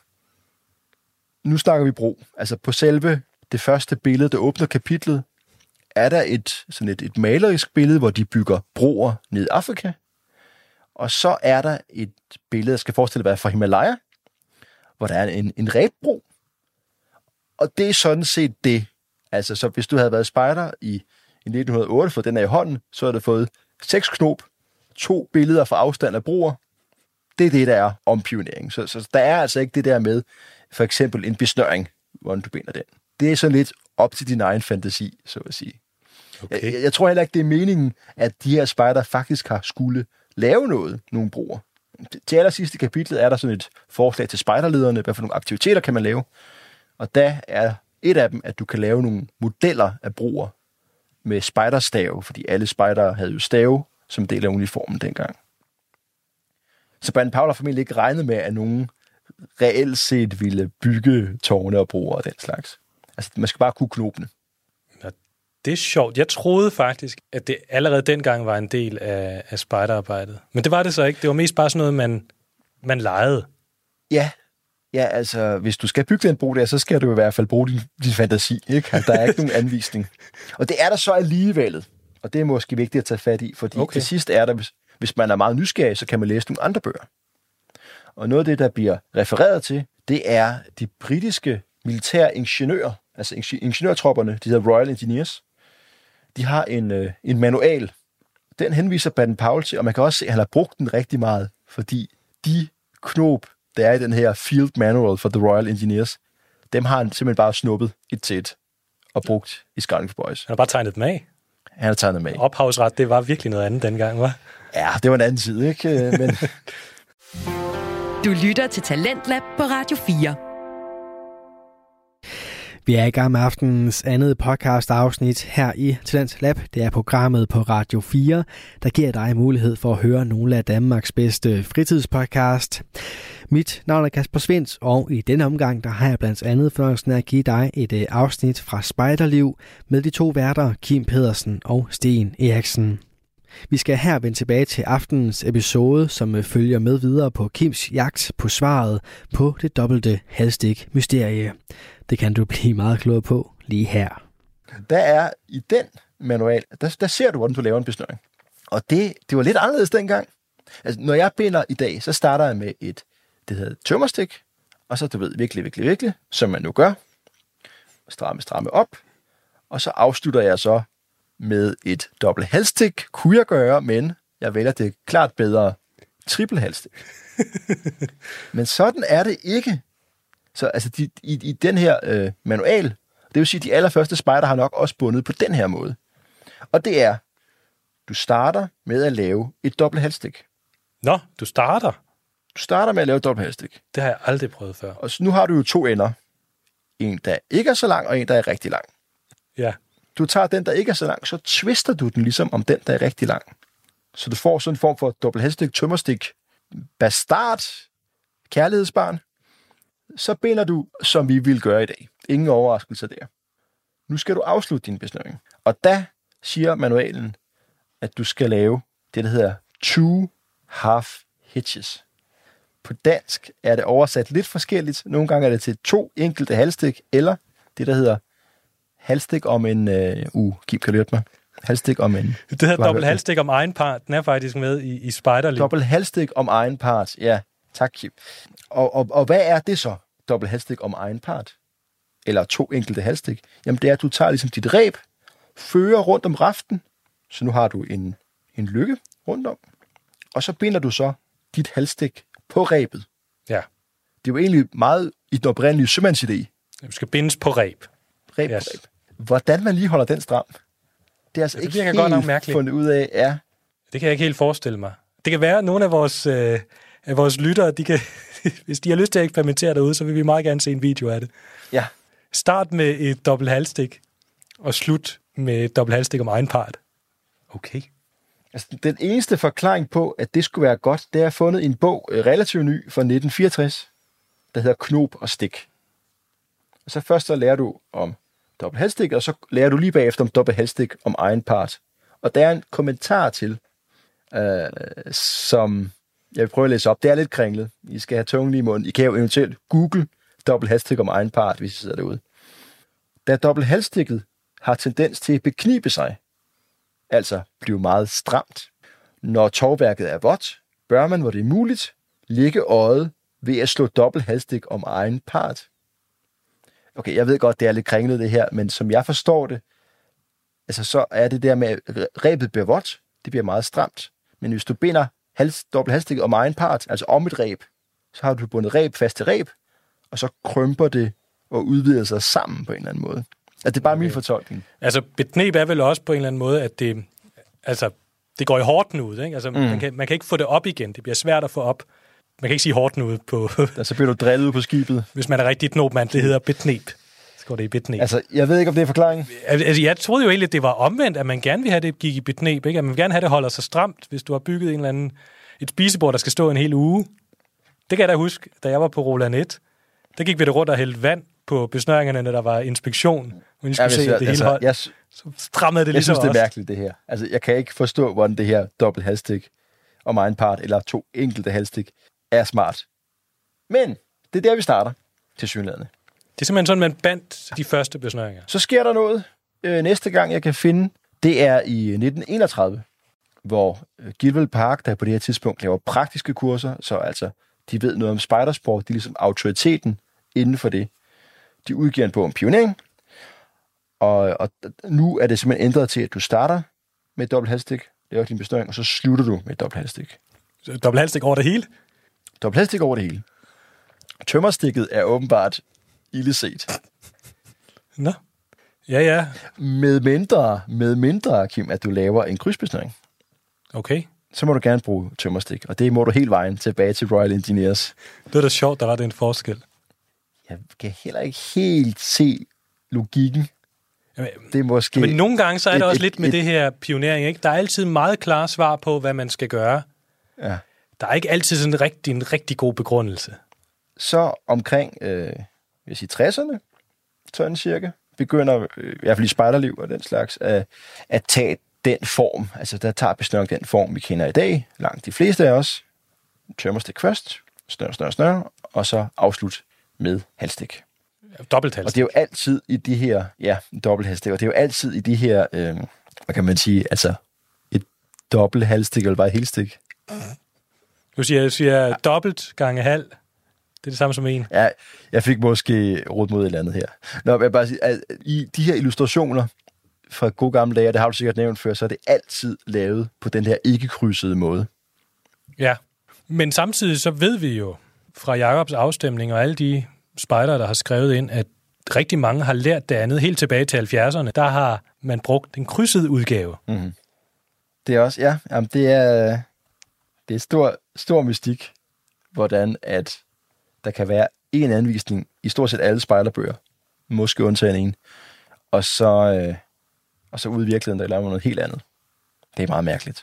Nu snakker vi bro. Altså på selve det første billede, der åbner kapitlet, er der et, sådan et, et malerisk billede, hvor de bygger broer ned i Afrika. Og så er der et billede, der skal forestille at være fra Himalaya, hvor der er en, en ræbbro. Og det er sådan set det. Altså, så hvis du havde været spejder i, i nitten hundrede og otte, for den er i hånden, så havde du fået seks knop, to billeder fra afstand af broer. Det er det, der er om pionering. Så, så der er altså ikke det der med, for eksempel en besnøring, hvordan du binder den. Det er sådan lidt op til din egen fantasi, så at sige. Okay. Jeg, jeg tror heller ikke, det er meningen, at de her spejder faktisk har skulle lave noget, nogle broer. Til allersidst i kapitlet er der sådan et forslag til spejderlederne, hvad for nogle aktiviteter kan man lave. Og der er et af dem, at du kan lave nogle modeller af broer med spejderstave, fordi alle spejdere havde jo stave som del af uniformen dengang. Så Baden-Powell har formentlig ikke regnet med, at nogen reelt set ville bygge tårne og broer og den slags. Altså, man skal bare kunne knopene. Ja, det er sjovt. Jeg troede faktisk, at det allerede dengang var en del af, af spejderarbejdet. Men det var det så ikke. Det var mest bare sådan noget, man, man legede. Ja. Ja, altså, hvis du skal bygge den bro der, så skal du i hvert fald bruge din, din fantasi, ikke? Der er ikke nogen anvisning. Og det er der så alligevel. Og det er måske vigtigt at tage fat i, fordi okay. Til sidst er der, hvis, hvis man er meget nysgerrig, så kan man læse nogle andre bøger. Og noget af det, der bliver refereret til, det er de britiske militære ingeniører, altså ingeniørtropperne, de hedder Royal Engineers. De har en, øh, en manual. Den henviser Baden-Powell til, og man kan også se, at han har brugt den rigtig meget, fordi de knob, der er i den her Field Manual for The Royal Engineers, dem har han simpelthen bare snuppet et til et og brugt i Scouting for Boys. Han har bare tegnet dem af. Han har tegnet dem af. Ophavsret, det var virkelig noget andet dengang, hva'? Ja, det var en anden tid, ikke? Men... Du lytter til Talentlab på Radio fire. Vi er i gang med aftenens andet podcast-afsnit her i Talentlab. Det er programmet på Radio fire, der giver dig mulighed for at høre nogle af Danmarks bedste fritidspodcast. Mit navn er Kasper Svindt, og i denne omgang der har jeg blandt andet fornøjelsen af at give dig et afsnit fra Spejderliv med de to værter, Kim Pedersen og Sten Eriksen. Vi skal her vende tilbage til aftenens episode, som følger med videre på Kims jagt på svaret på det dobbelte halvstik-mysterie. Det kan du blive meget klogere på lige her. Der er i den manual, der, der ser du, hvordan du laver en besnøring. Og det, det var lidt anderledes dengang. Altså, når jeg binder i dag, så starter jeg med et, det hedder tømmerstik, og så du ved, virkelig, virkelig, virkelig, som man nu gør. Stramme, stramme op. Og så afslutter jeg så med et dobbelt halvstik, kunne jeg gøre, men jeg vælger det klart bedre triple halvstik. Men sådan er det ikke. Så altså, de, i, i den her øh, manual, det vil sige, at de allerførste spejder har nok også bundet på den her måde. Og det er, du starter med at lave et dobbelt halvstik. Nå, du starter? Du starter med at lave et dobbelt halvstik. Det har jeg aldrig prøvet før. Og så nu har du jo to ender. En, der ikke er så lang, og en, der er rigtig lang. Ja. Du tager den, der ikke er så lang, så twister du den ligesom om den, der er rigtig lang. Så du får sådan en form for dobbelt halvstik, tømmerstik, bastard, kærlighedsbarn. Så binder du, som vi vil gøre i dag. Ingen overraskelse der. Nu skal du afslutte din besnøring. Og der siger manualen, at du skal lave det, der hedder two half hitches. På dansk er det oversat lidt forskelligt. Nogle gange er det til to enkelte halvstik, eller det, der hedder halvstik om en øh, uh, Kim, kan du hjælpe mig? Halvstik om en... Det hedder dobbelt halvstik om egen part. Den er faktisk med i, i Spejderliv. Dobbelt halvstik om egen part, ja. Tak, Kim. Og, og, og hvad er det så? Dobbelt halvstik om egen part? Eller to enkelte halvstik? Jamen det er, at du tager ligesom dit reb, fører rundt om raften, så nu har du en, en lykke rundt om, og så binder du så dit halvstik på rebet. Ja. Det er jo egentlig meget i den oprindelige sømandsidé. Du skal bindes på reb. Reb yes. på reb. Hvordan man lige holder den stram, det er altså ja, det ikke helt godt nok mærkeligt. Fundet ud af. Ja. Det kan jeg ikke helt forestille mig. Det kan være, at nogle af vores, øh, af vores lyttere, de kan, hvis de har lyst til at eksperimentere derude, så vil vi meget gerne se en video af det. Ja. Start med et dobbelt halvstik, og slut med et dobbelt halvstik om egen part. Okay. Altså, den eneste forklaring på, at det skulle være godt, det er fundet i en bog, relativt ny, fra nitten fireogtres, der hedder Knob og Stik. Og så først så lærer du om dobbelt halvstik, og så lærer du lige bagefter om dobbelt halvstik om egen part. Og der er en kommentar til, øh, som jeg vil prøve at læse op. Det er lidt kringlet. I skal have tungen lige i munden. I kan jo eventuelt google dobbelt halvstik om egen part, hvis I sidder derude. Da dobbelt halvstikket har tendens til at beknibe sig, altså blive meget stramt. Når tovværket er vådt, bør man, hvor det er muligt, lægge øjet ved at slå dobbelt halvstik om egen part. Okay, jeg ved godt, det er lidt kringlet det her, men som jeg forstår det, altså så er det der med, at rebet bliver vådt, det bliver meget stramt. Men hvis du binder hals, dobbelt halvstik om egen part, altså om et reb, så har du bundet reb fast til reb, og så krymper det og udvider sig sammen på en eller anden måde. Altså, det er bare okay. Min fortolkning. Altså, bekneb er vel også på en eller anden måde, at det, altså, det går i hården ud, ikke? Altså, mm. man, kan, man kan ikke få det op igen. Det bliver svært at få op. Man kan ikke sige hården ud på... Der så bliver du drillet ud på skibet. Hvis man er rigtig knopmand, det hedder bekneb. Så går det i bekneb. Altså, jeg ved ikke, om det er forklaringen. Altså, jeg troede jo egentlig, at det var omvendt, at man gerne vil have det gik i bekneb, ikke? At man vil gerne have det holder sig stramt, hvis du har bygget en eller anden, et spisebord, der skal stå en hel uge. Det kan jeg da huske, da jeg var på Roland et. Der gik vi det rundt og hældte vand på besnøringerne, når der var inspektion. Men I skulle ja, se, at det altså, hele hold, jeg, så strammede det ligesom Jeg synes, det er mærkeligt, det her. Altså, jeg kan ikke forstå, hvordan det her dobbelt halvstik om egen part, eller to enkelte halvstik, er smart. Men det er der, vi starter til synlædende. Det er simpelthen sådan, man bandt de første besnøringer. Så sker der noget. Øh, næste gang, jeg kan finde, det er i nitten enogtredive, hvor Gilwell Park, der på det her tidspunkt laver praktiske kurser, så altså, de ved noget om spejdersport, de er ligesom autoriteten inden for det. De udgiver en bog om pionering, og, og nu er det simpelthen ændret til, at du starter med et dobbelt halvstik, laver din besnøring, og så slutter du med et dobbelt halvstik. Dobbelt halvstik over det hele? Dobbelt halvstik over det hele. tømmerstikket er åbenbart illeset. Nå. Ja, ja. Med mindre, med mindre, Kim, at du laver en krydsbesnøring. Okay. Så må du gerne bruge tømmerstik, og det må du hele vejen tilbage til Royal Engineers. Det er da sjovt, der var den forskel. Jeg kan heller ikke helt se logikken. Jamen, det er måske... Men nogle gange så er et, der også et, lidt med et, det her pionering, ikke? Der er altid meget klare svar på, hvad man skal gøre. Ja. Der er ikke altid sådan en rigtig, en rigtig god begrundelse. Så omkring, øh, vil jeg sige, tresserne, sådan cirka, begynder, øh, i hvert fald i spejderliv og den slags, at, at tage den form. Altså, der tager besnøring den form, vi kender i dag. Langt de fleste af os. Tømmerstik først, snør, snør, snør, og så afslut med halsstik. Dobbelt halsstik. Og det er jo altid i de her, ja, dobbelt halsstik, og det er jo altid i de her, øh, hvad kan man sige, altså, et dobbelt halsstik, eller bare et helstik. Du siger, du siger ja. Dobbelt gange halv. Det er det samme som en. Ja, jeg fik måske råd mod et eller andet her. Nå, jeg bare sige, at i de her illustrationer fra gode gamle dage, det har du sikkert nævnt før, så er det altid lavet på den her ikke-krydsede måde. Ja, men samtidig så ved vi jo fra Jacobs afstemning og alle de spejdere, der har skrevet ind, at rigtig mange har lært det andet. Helt tilbage til halvfjerdserne, der har man brugt den krydsede udgave. Mm-hmm. Det er også, ja, jamen det er, det er stor, stor mystik, hvordan at der kan være en anvisning i stort set alle spejderbøger, måske undtagen en, og så, øh, og så ude i virkeligheden, der laver man noget helt andet. Det er meget mærkeligt.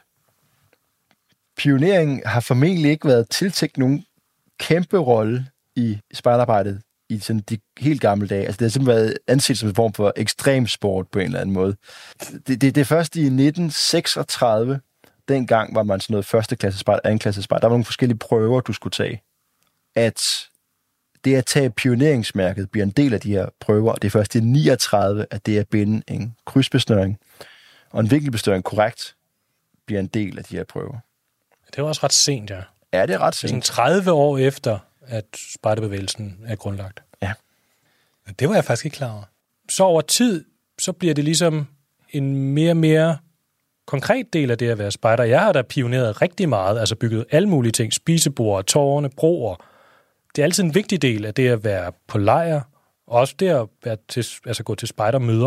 Pioneringen har formentlig ikke været tiltænkt nogen kæmpe rolle i spejderarbejdet i sådan de helt gamle dage. Altså det har simpelthen været anset som en form for ekstremsport på en eller anden måde. Det, det, det er først i nitten seksogtredive, dengang var man sådan noget første klasse spejder, anden klasse spejder. Der var nogle forskellige prøver, du skulle tage. At det at tage pioneringsmærket bliver en del af de her prøver, og det er først i niogtredive, at det at binde en krydsbesnøring og en vinkelbesnøring korrekt bliver en del af de her prøver. Det var også ret sent, ja. Ja, det er ret sent. sent. tredive år efter, at spejderbevægelsen er grundlagt. Ja. Det var jeg faktisk ikke klar over. Så over tid, så bliver det ligesom en mere og mere konkret del af det at være spejder. Jeg har da pioneret rigtig meget, altså bygget alle mulige ting, spisebord, tårne, broer. Det er altid en vigtig del af det at være på lejr, og også det at være til, altså gå til spejdermøder.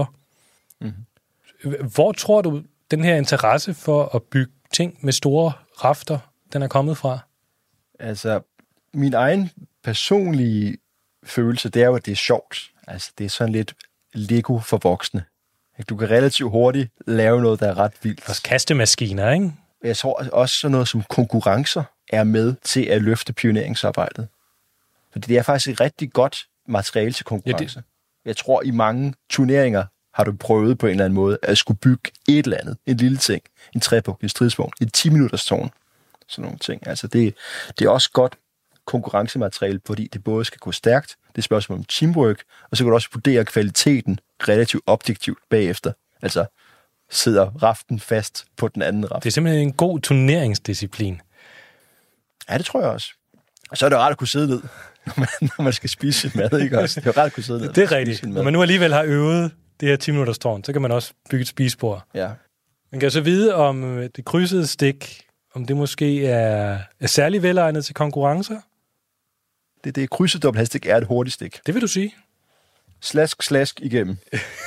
Mm-hmm. Hvor tror du, den her interesse for at bygge ting med store rafter, den er kommet fra? Altså, min egen personlige følelse, det er jo, at det er sjovt. Altså, det er sådan lidt Lego for voksne. Du kan relativt hurtigt lave noget, der er ret vildt. Også kastemaskiner, ikke? Jeg tror også sådan noget som konkurrencer er med til at løfte pioneringsarbejdet. Fordi det er faktisk et rigtig godt materiale til konkurrence. Ja, det... Jeg tror, i mange turneringer har du prøvet på en eller anden måde at skulle bygge et eller andet. En lille ting. En træpuk, en stridsvogn, et ti-minutters tårn. Sådan nogle ting. Altså det, det er også godt konkurrencemateriale, fordi det både skal gå stærkt, det er spørgsmål om teamwork, og så kan du også vurdere kvaliteten relativt objektivt bagefter. Altså sidder raften fast på den anden raft. Det er simpelthen en god turneringsdisciplin. Ja, det tror jeg også. Og så er det rart at kunne sidde ned, når man, når man skal spise sit mad, ikke også? Det er rart at kunne sidde ned. Det er rigtigt. Når man nu alligevel har øvet det her ti-minutters tårn, så kan man også bygge et spisebord. Ja. Man kan så vide, om det krydsede stik, om det måske er, er særlig velegnet til konkurrencer? Det, det krydset dobbelthalsstik er et hurtigt stik. Det vil du sige? Slask, slask igennem.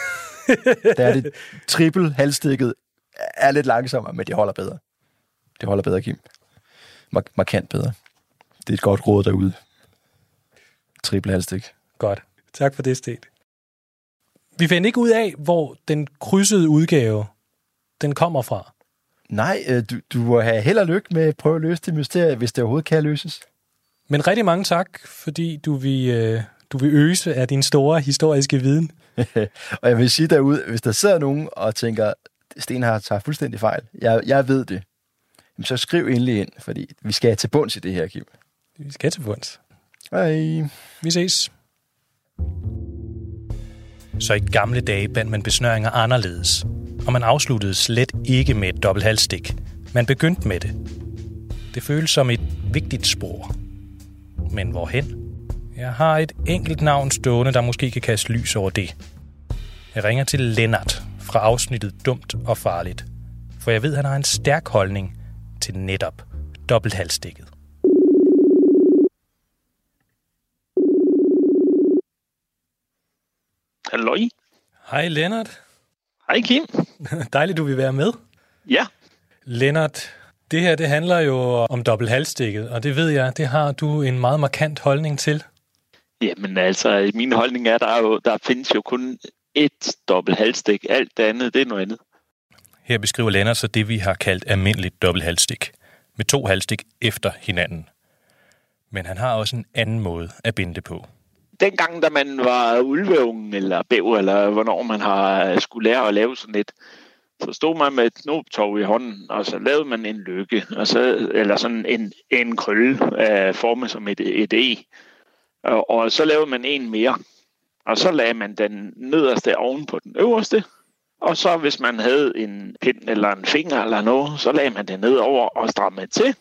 Der er det triple halsstikket er lidt langsommere, men det holder bedre. Det holder bedre, Kim. Mark- markant bedre. Det er et godt råd derude. Triple halsstik. Godt. Tak for det, Sten. Vi finder ikke ud af, hvor den krydsede udgave, den kommer fra. Nej, du, du må have held og lykke med at prøve at løse det mysterie, hvis det overhovedet kan løses. Men rigtig mange tak, fordi du vil, du vil øse af din store historiske viden. Og jeg vil sige derude, hvis der sidder nogen og tænker, Sten har taget fuldstændig fejl, jeg, jeg ved det, så skriv endelig ind, fordi vi skal til bunds i det her, Kim. Vi skal til bunds. Hej. Vi ses. Så i gamle dage bandt man besnøringer anderledes, og man afsluttede slet ikke med et dobbelt halsstik. Man begyndte med det. Det føles som et vigtigt spor. Men hvorhen? Jeg har et enkelt navn stående, der måske kan kaste lys over det. Jeg ringer til Lennart fra afsnittet Dumt og Farligt, for jeg ved, han har en stærk holdning til netop dobbelt halsstikket. Halløj. Hej Lennart. Hej Kim. Dejligt, du vil være med. Ja. Lennart, det her det handler jo om dobbelthalsstikket, og det ved jeg, det har du en meget markant holdning til. Jamen altså, min holdning er, der, er jo, der findes jo kun ét dobbelthalsstik. Alt det andet, det er noget andet. Her beskriver Lennart så det, vi har kaldt almindeligt dobbelthalsstik, med to halsstik efter hinanden. Men han har også en anden måde at binde det på. Dengang, da man var ulveunge eller bæv, eller hvornår man har skulle lære at lave sådan et, så stod man med et knoptov i hånden, og så lavede man en lykke, og så, eller sådan en, en krølle uh, formet som et, et E. Og, og så lavede man en mere, og så lagde man den nederste oven på den øverste, og så hvis man havde en pind eller en finger eller noget, så lagde man det ned over og strammede til.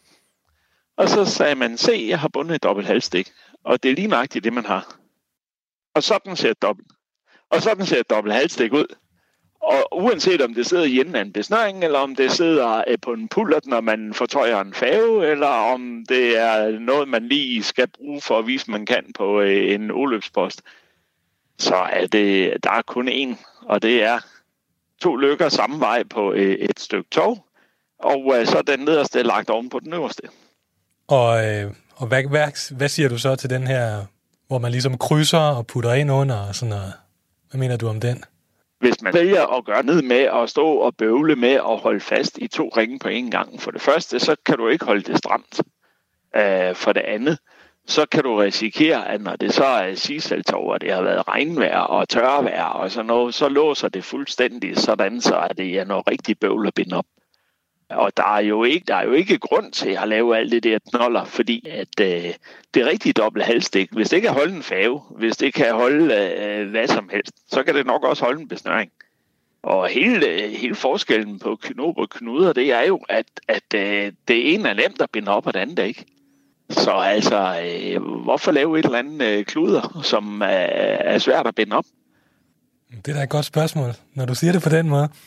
Og så sagde man, se, jeg har bundet et dobbelt halsstik. Og det er lige nøjagtigt det, man har. Og sådan ser et dobbelt. Og sådan ser et dobbelt halsstik ud. Og uanset om det sidder i enden af en besnøring, eller om det sidder på en pullert, når man fortøjer en færge, eller om det er noget, man lige skal bruge for at vise, man kan på en oløbspost, så er det, der er kun én, og det er to lykker samme vej på et stykke tov, og så er den nederste lagt oven på den øverste. Og, øh, og hvad, hvad, hvad siger du så til den her, hvor man ligesom krydser og putter ind under og sådan noget? Hvad mener du om den? Hvis man vælger at gøre ned med at stå og bøvle med at holde fast i to ringe på en gang, for det første, så kan du ikke holde det stramt. Uh, for det andet, så kan du risikere, at når det så er sisaltov, og det har været regnvejr og tørvejr og sådan noget, så låser det fuldstændig sådan, så at det er noget rigtig bøvl at binde op. Og der er jo ikke, der er jo ikke grund til at lave alt det der knoller, fordi at øh, det rigtige dobbelt halsstik, hvis det kan holde en færge, hvis det kan holde øh, hvad som helst, så kan det nok også holde en besnøring. Og hele, øh, hele forskellen på knop og knuder, det er jo, at, at øh, det ene er nemt at binde op, og det andet ikke. Så altså, øh, hvorfor lave et eller andet øh, kluder, som øh, er svært at binde op? Det er da et godt spørgsmål, når du siger det på den måde.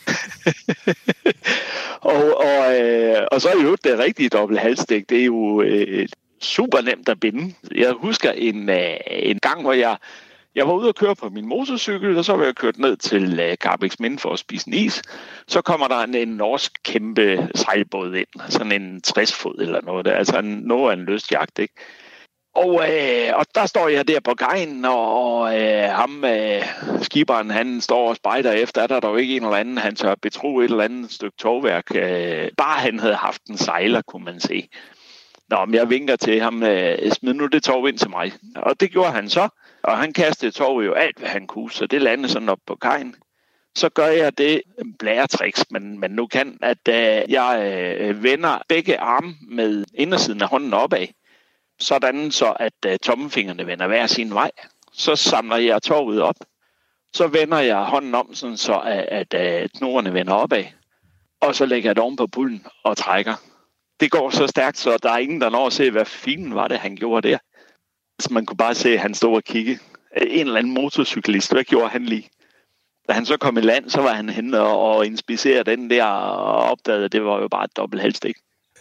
og, og, øh, og så er jo det rigtige dobbelt halsstik, det er jo øh, super nemt at binde. Jeg husker en, øh, en gang, hvor jeg, jeg var ude at køre på min motorcykel, og så var jeg kørt ned til øh, Karrebæksminde for at spise en is. Så kommer der en, en norsk kæmpe sejlbåd ind, sådan en tres fod eller noget, der, altså en, noget af en lystjagt, ikke? Og, øh, og der står jeg der på kajen, og øh, ham, øh, skiberen, han står og spejder efter, at der er jo ikke en eller anden, han tør betro et eller andet stykke tovværk. Øh, bare han havde haft en sejler, kunne man se. Nå, men jeg vinker til ham, øh, smid nu det tov ind til mig. Og det gjorde han så, og han kastede tov jo alt, hvad han kunne, så det landede sådan op på kajen. Så gør jeg det blæretricks, men, men nu kan, at øh, jeg øh, vender begge arme med indersiden af hånden opad, sådan så at uh, tommelfingrene vender hver sin vej. Så samler jeg tovet op. Så vender jeg hånden om, sådan så at, at uh, knorene vender opad. Og så lægger jeg det oven på pulden og trækker. Det går så stærkt, så der er ingen, der når at se, hvad finen var det, han gjorde der. Så man kunne bare se, at han stod og kigge. En eller anden motorcyklist, hvad gjorde han lige? Da han så kom i land, så var han henne og, og inspicerede den der og opdagede, at det var jo bare et dobbelt halsstik.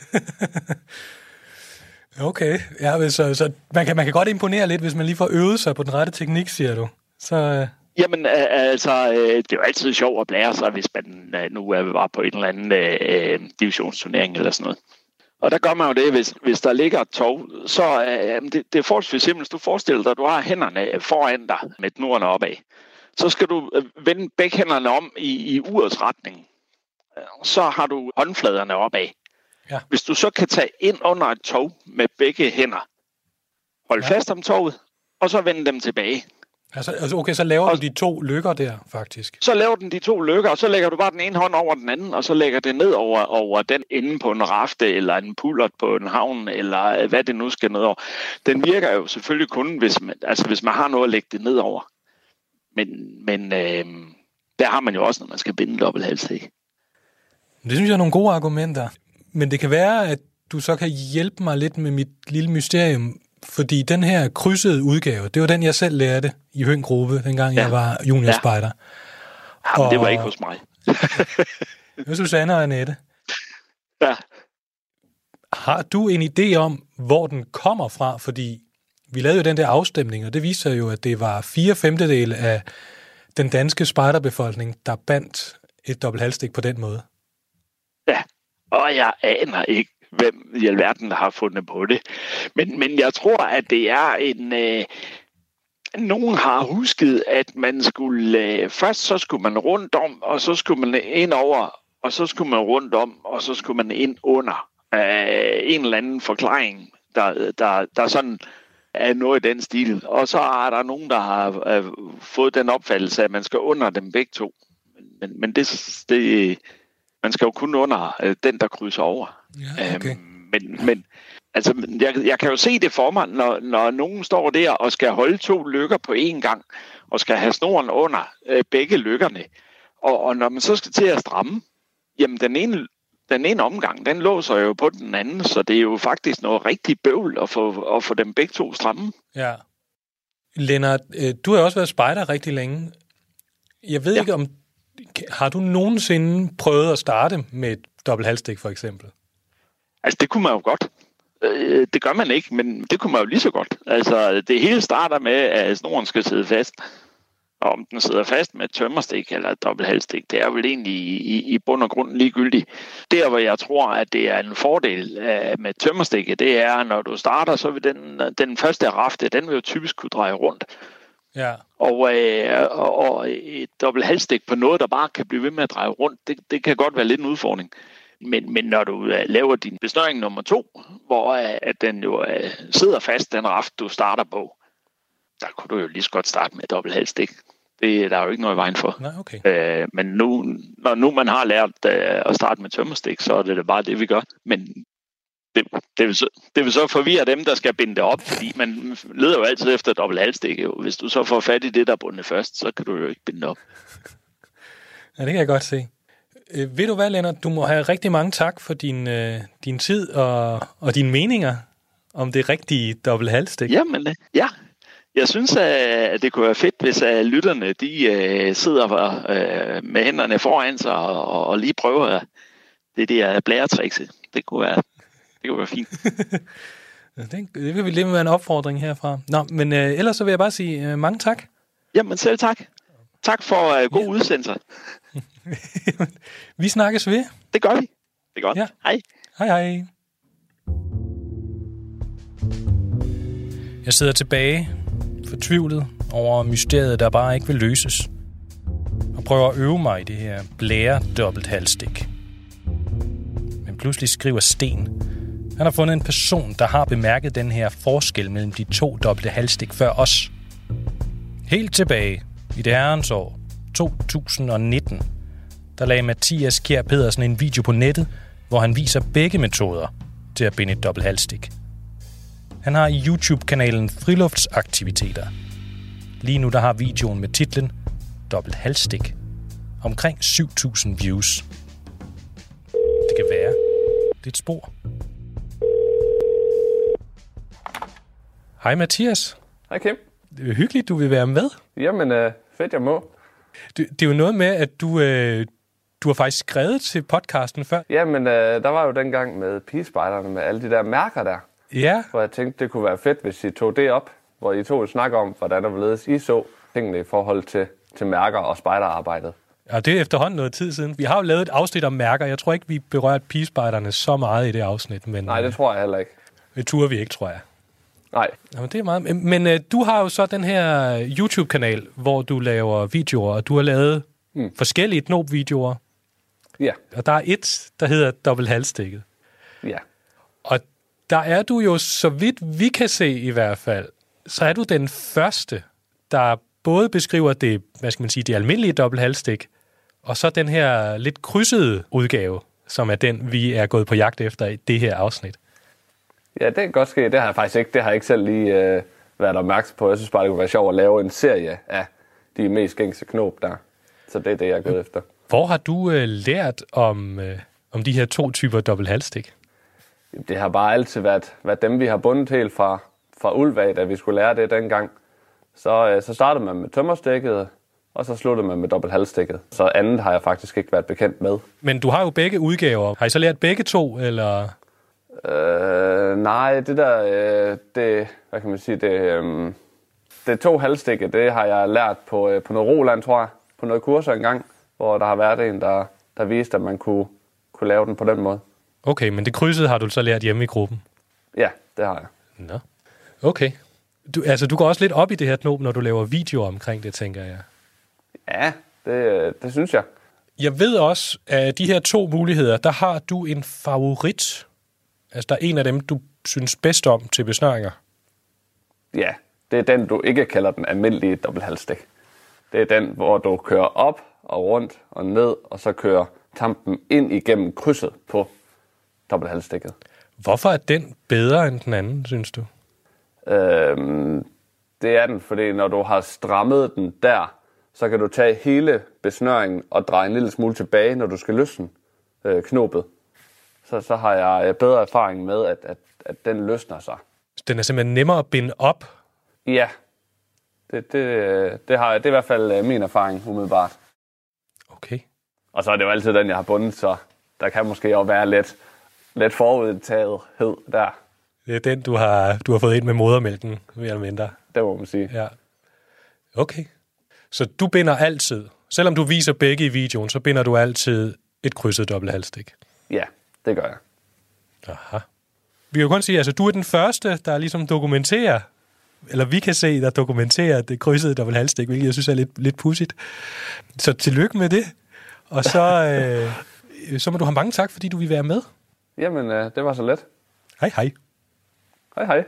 Okay, ja, så, så man, kan, man kan godt imponere lidt, hvis man lige får øvet sig på den rette teknik, siger du. Så, øh... Jamen, altså, det er jo altid sjovt at blære sig, hvis man nu var på en eller anden øh, divisionsturnering eller sådan noget. Og der gør man jo det, hvis, hvis der ligger et tov, så øh, det, det er forholdsvis simpelt. Hvis du forestiller dig, at du har hænderne foran dig med knorene opad, så skal du vende begge hænderne om i, i urets retning. Så har du håndfladerne opad. Ja. Hvis du så kan tage ind under et tov med begge hænder, hold ja. fast om tovet, og så vende dem tilbage. Altså, okay, så laver og, du de to lykker der, faktisk? Så laver den de to lykker, og så lægger du bare den ene hånd over den anden, og så lægger det ned over, over den inde på en rafte, eller en pullert på en havn, eller hvad det nu skal ned over. Den virker jo selvfølgelig kun, hvis man, altså, hvis man har noget at lægge det ned over. Men, men øh, der har man jo også, når man skal binde dobbelt halsstik. Det synes jeg er nogle gode argumenter. Men det kan være, at du så kan hjælpe mig lidt med mit lille mysterium, fordi den her krydsede udgave, det var den, jeg selv lærte i Høng Gruppe, dengang ja. jeg var juniorspejder. Ja. Jamen, og... det var ikke hos mig. Det var Susanne og Annette. Ja. Har du en idé om, hvor den kommer fra? Fordi vi lavede jo den der afstemning, og det viser jo, at det var fire femtedele af den danske spejderbefolkning, der bandt et dobbelt halvstik på den måde. Ja, og jeg aner ikke, hvem i alverden der har fundet på det. Men, men jeg tror, at det er en... Øh, nogen har husket, at man skulle... Øh, først så skulle man rundt om, og så skulle man ind over, og så skulle man rundt om, og så skulle man ind under. Øh, en eller anden forklaring, der, der, der sådan er noget i den stil. Og så er der nogen, der har øh, fået den opfattelse, at man skal under dem begge to. Men, men det, det, man skal jo kun under øh, den, der krydser over. Ja, okay. øh, men, men altså, jeg, jeg kan jo se det for mig, når, når nogen står der og skal holde to lykker på én gang, og skal have snoren under øh, begge lykkerne. Og, og når man så skal til at stramme, jamen den ene, den ene omgang, den låser jo på den anden, så det er jo faktisk noget rigtig bøvl at få, at få dem begge to stramme. Ja. Lennart, du har også været spejder rigtig længe. Jeg ved ja. ikke om, har du nogensinde prøvet at starte med et dobbelt halvstik for eksempel? Altså det kunne man jo godt. Det gør man ikke, men det kunne man jo lige så godt. Altså det hele starter med, at snoren skal sidde fast. Og om den sidder fast med et tømmerstik eller et dobbelt halvstik, det er vel egentlig i, i, i bund og grund ligegyldigt. Der, hvor jeg tror, at det er en fordel uh, med tømmerstikket, det er, når du starter, så vil den, den første rafte, den vil jo typisk kunne dreje rundt. Ja. Og, uh, og, og et dobbelt halvstik på noget, der bare kan blive ved med at dreje rundt, det, det kan godt være lidt en udfordring. Men, men når du uh, laver din besnøring nummer to, hvor uh, at den jo uh, sidder fast, den raft, du starter på, der kunne du jo lige så godt starte med et dobbelt halvstik. Det der er jo ikke noget i vejen for. Nej, okay. Øh, men nu, når nu man har lært øh, at starte med tømmerstik, så er det bare det, vi gør. Men det, det, vil så, det vil så forvirre dem, der skal binde det op, fordi man leder jo altid efter et dobbelt halvstik. Jo. Hvis du så får fat i det, der er bundet først, så kan du jo ikke binde det op. Ja, det kan jeg godt se. Øh, ved du hvad, Lennart? Du må have rigtig mange tak for din, øh, din tid og, og dine meninger om det rigtige dobbelt halvstik. Jamen, ja. Jeg synes, at det kunne være fedt, hvis lytterne de øh, sidder øh, med hænderne foran sig og, og lige prøver det der blæretrikset. Det kunne være, det kunne være fint. det, det vil lige være en opfordring herfra. Nå, men øh, ellers så vil jeg bare sige øh, mange tak. Jamen selv tak. Tak for øh, gode ja. udsendelser. Vi snakkes ved. Det gør vi. Det er godt. Ja. Hej. Hej hej. Jeg sidder tilbage, fortvivlet over mysteriet, der bare ikke vil løses, og prøver at øve mig i det her blære dobbelt halvstik. Men pludselig skriver Sten. Han har fundet en person, der har bemærket den her forskel mellem de to dobbelte halvstik før os. Helt tilbage i det herrens år to tusind og nitten, der lagde Mathias Kjær Pedersen en video på nettet, hvor han viser begge metoder til at binde et dobbelt halvstik. Han har i YouTube-kanalen Friluftsaktiviteter. Lige nu der har videoen med titlen Dobbelt halvstik omkring syv tusind views. Det kan være. Det er et spor. Hej Mathias. Hej Kim. Det er hyggeligt, du vil være med. Jamen, øh, fedt jeg må. Det, det er jo noget med, at du, øh, du har faktisk skrevet til podcasten før. Jamen, øh, der var jo dengang med pigespejderne med alle de der mærker der. Ja. Hvor jeg tænkte, det kunne være fedt, hvis I tog det op, hvor I tog et snak om, hvordan der hvorledes I så tingene i forhold til, til mærker og spejderarbejdet. Ja, det er efterhånden noget tid siden. Vi har jo lavet et afsnit om mærker. Jeg tror ikke, vi berørte pigespejderne så meget i det afsnit. Men, Nej, det tror jeg heller ikke. Det turde vi ikke, tror jeg. Nej. Jamen, det er meget. Men, men uh, du har jo så den her YouTube-kanal, hvor du laver videoer, og du har lavet hmm. forskellige Knob-videoer. Ja. Og der er et, der hedder Dobbelt halvstikket. Ja. Og der er du jo, så vidt vi kan se i hvert fald, så er du den første, der både beskriver det, hvad skal man sige, det almindelige dobbelt halvstik, og så den her lidt krydsede udgave, som er den, vi er gået på jagt efter i det her afsnit. Ja, det kan godt ske. Det har jeg faktisk ikke. Det har jeg ikke selv lige øh, været opmærksom på. Jeg synes bare, det kunne være sjovt at lave en serie af de mest gængse knop der. Så det er det, jeg er gået øh, efter. Hvor har du øh, lært om, øh, om de her to typer dobbelt halvstik? Det har bare altid været, været dem, vi har bundet helt fra, fra ulv af, da vi skulle lære det dengang. Så, øh, så startede man med tømmerstikket, og så sluttede man med dobbelt halvstikket. Så andet har jeg faktisk ikke været bekendt med. Men du har jo begge udgaver. Har I så lært begge to, eller? Øh, nej, det der, øh, det, hvad kan man sige, det, øh, Det to halvstikke, det har jeg lært på, på noget Roland, tror jeg. På noget kurser engang, hvor der har været en, der, der viste, at man kunne, kunne lave den på den måde. Okay, men det krydsede har du så lært hjemme i gruppen? Ja, det har jeg. Nå. Okay. Du, altså, du går også lidt op i det her knob, når du laver videoer omkring det, tænker jeg. Ja, det, det synes jeg. Jeg ved også, at de her to muligheder, der har du en favorit. Altså, der er en af dem, du synes bedst om til besnøringer. Ja, det er den, du ikke kalder den almindelige dobbelthalsstik. Det er den, hvor du kører op og rundt og ned, og så kører tampen ind igennem krydset på dobbelthalsstikket. Hvorfor er den bedre end den anden, synes du? Øhm, det er den, fordi når du har strammet den der, så kan du tage hele besnøringen og dreje en lille smule tilbage, når du skal løsne øh, knopet. Så, så har jeg bedre erfaring med, at, at, at den løsner sig. Den er simpelthen nemmere at binde op? Ja, det, det, det, har, det er i hvert fald min erfaring umiddelbart. Okay. Og så er det jo altid den, jeg har bundet, så der kan måske også være lidt, lidt forudtagethed der. Det er den, du har, du har fået ind med modermælken, mere eller mindre. Det må man sige. Ja. Okay. Så du binder altid, selvom du viser begge i videoen, så binder du altid et krydset dobbelthalsstik? Ja, det gør jeg. Aha. Vi kan jo kun sige, at altså, du er den første, der ligesom dokumenterer, eller vi kan se, der dokumenterer det krydsede dobbelthalsstik, hvilket jeg synes er lidt, lidt pudsigt. Så tillykke med det. Og så, øh, så må du have mange tak, fordi du vil være med. Jamen, øh, det var så let. Hej hej. Hej hej.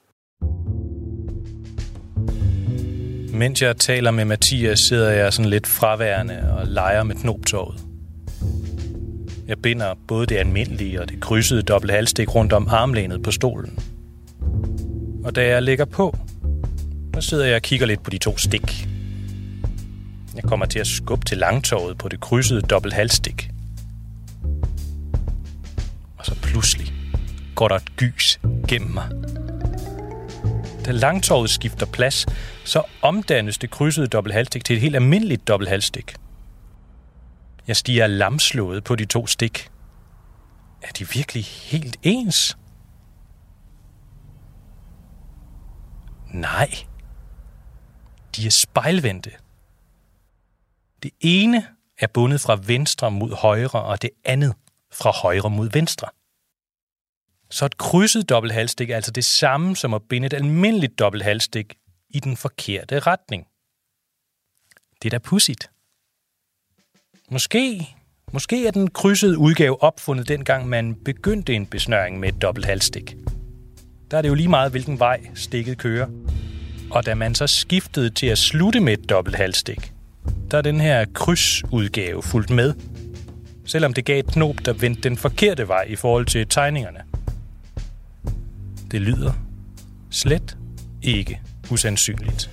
Mens jeg taler med Mathias, sidder jeg sådan lidt fraværende og leger med knoptoget. Jeg binder både det almindelige og det krydsede dobbelthalsstik rundt om armlænet på stolen. Og da jeg lægger på, så sidder jeg og kigger lidt på de to stik. Jeg kommer til at skubbe til langtoget på det krydsede dobbelthalsstik. Og så pludselig går der et gys gennem mig. Da langtoget skifter plads, så omdannes det krydsede dobbelthalsstik til et helt almindeligt dobbelthalsstik. Jeg stiger lamslået på de to stik. Er de virkelig helt ens? Nej. De er spejlvendte. Det ene er bundet fra venstre mod højre, og det andet fra højre mod venstre. Så et krydset dobbelthalsstik er altså det samme som at binde et almindeligt dobbelthalsstik i den forkerte retning. Det er da pudsigt. Måske, måske er den krydsede udgave opfundet dengang man begyndte en besnøring med et dobbelthalsstik. Der er det jo lige meget, hvilken vej stikket kører. Og da man så skiftede til at slutte med et dobbelthalsstik, der er den her krydsudgave fulgt med, selvom det gav et knop, der vendte den forkerte vej i forhold til tegningerne. Det lyder slet ikke usandsynligt.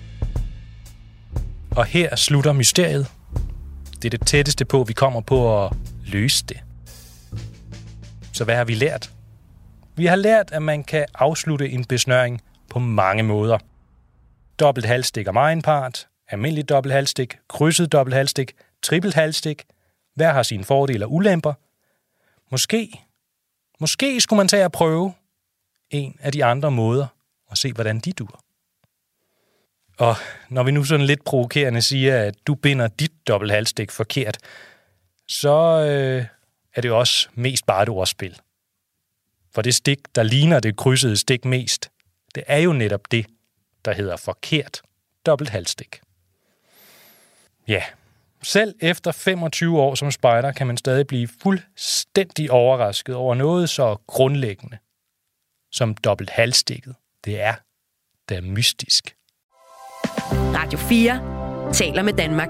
Og her slutter mysteriet. Det er det tætteste på, vi kommer på at løse det. Så hvad har vi lært? Vi har lært, at man kan afslutte en besnøring på mange måder. Dobbelt halsstik om egen part, almindelig dobbelt halsstik, krydset dobbelt halsstik, trippelt halsstik. Hver har sine fordele og ulemper. Måske, måske skulle man tage at prøve en af de andre måder og se, hvordan de dur. Og når vi nu sådan lidt provokerende siger, at du binder dit dobbelt halsstik forkert, så øh, er det også mest bare et ordspil. For det stik, der ligner det krydsede stik mest, det er jo netop det, der hedder forkert dobbelt halsstik. Ja, selv efter femogtyve år som spejder kan man stadig blive fuldstændig overrasket over noget så grundlæggende som dobbelt halsstikket. Det er, det er mystisk. Radio fire taler med Danmark.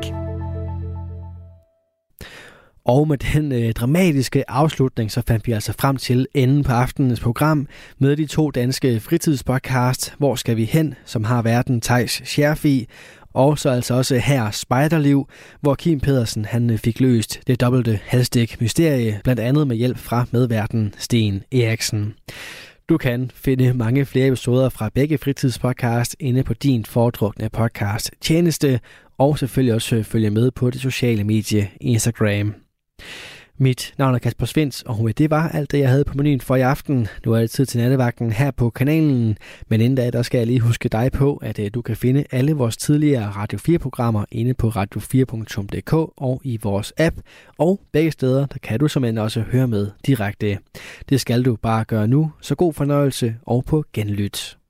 Og med den øh, dramatiske afslutning, så fandt vi altså frem til enden på aftenens program med de to danske fritidspodcasts, Hvor skal vi hen?, som har verden Theis Scherfig, og så altså også her Spejderliv, hvor Kim Pedersen han fik løst det dobbelte halsstik-mysterie, blandt andet med hjælp fra medværten Sten Eriksen. Du kan finde mange flere episoder fra begge fritidspodcast inde på din foretrukne podcast tjeneste, og selvfølgelig også følge med på det sociale medie Instagram. Mit navn er Kasper Svens, og det var alt det, jeg havde på menuen for i aften. Nu er det tid til nattevagten her på kanalen, men inden da, der skal jeg lige huske dig på, at du kan finde alle vores tidligere Radio fire-programmer inde på radio fire punktum d k og i vores app, og begge steder, der kan du såmænd også høre med direkte. Det skal du bare gøre nu, så god fornøjelse og på genlyt.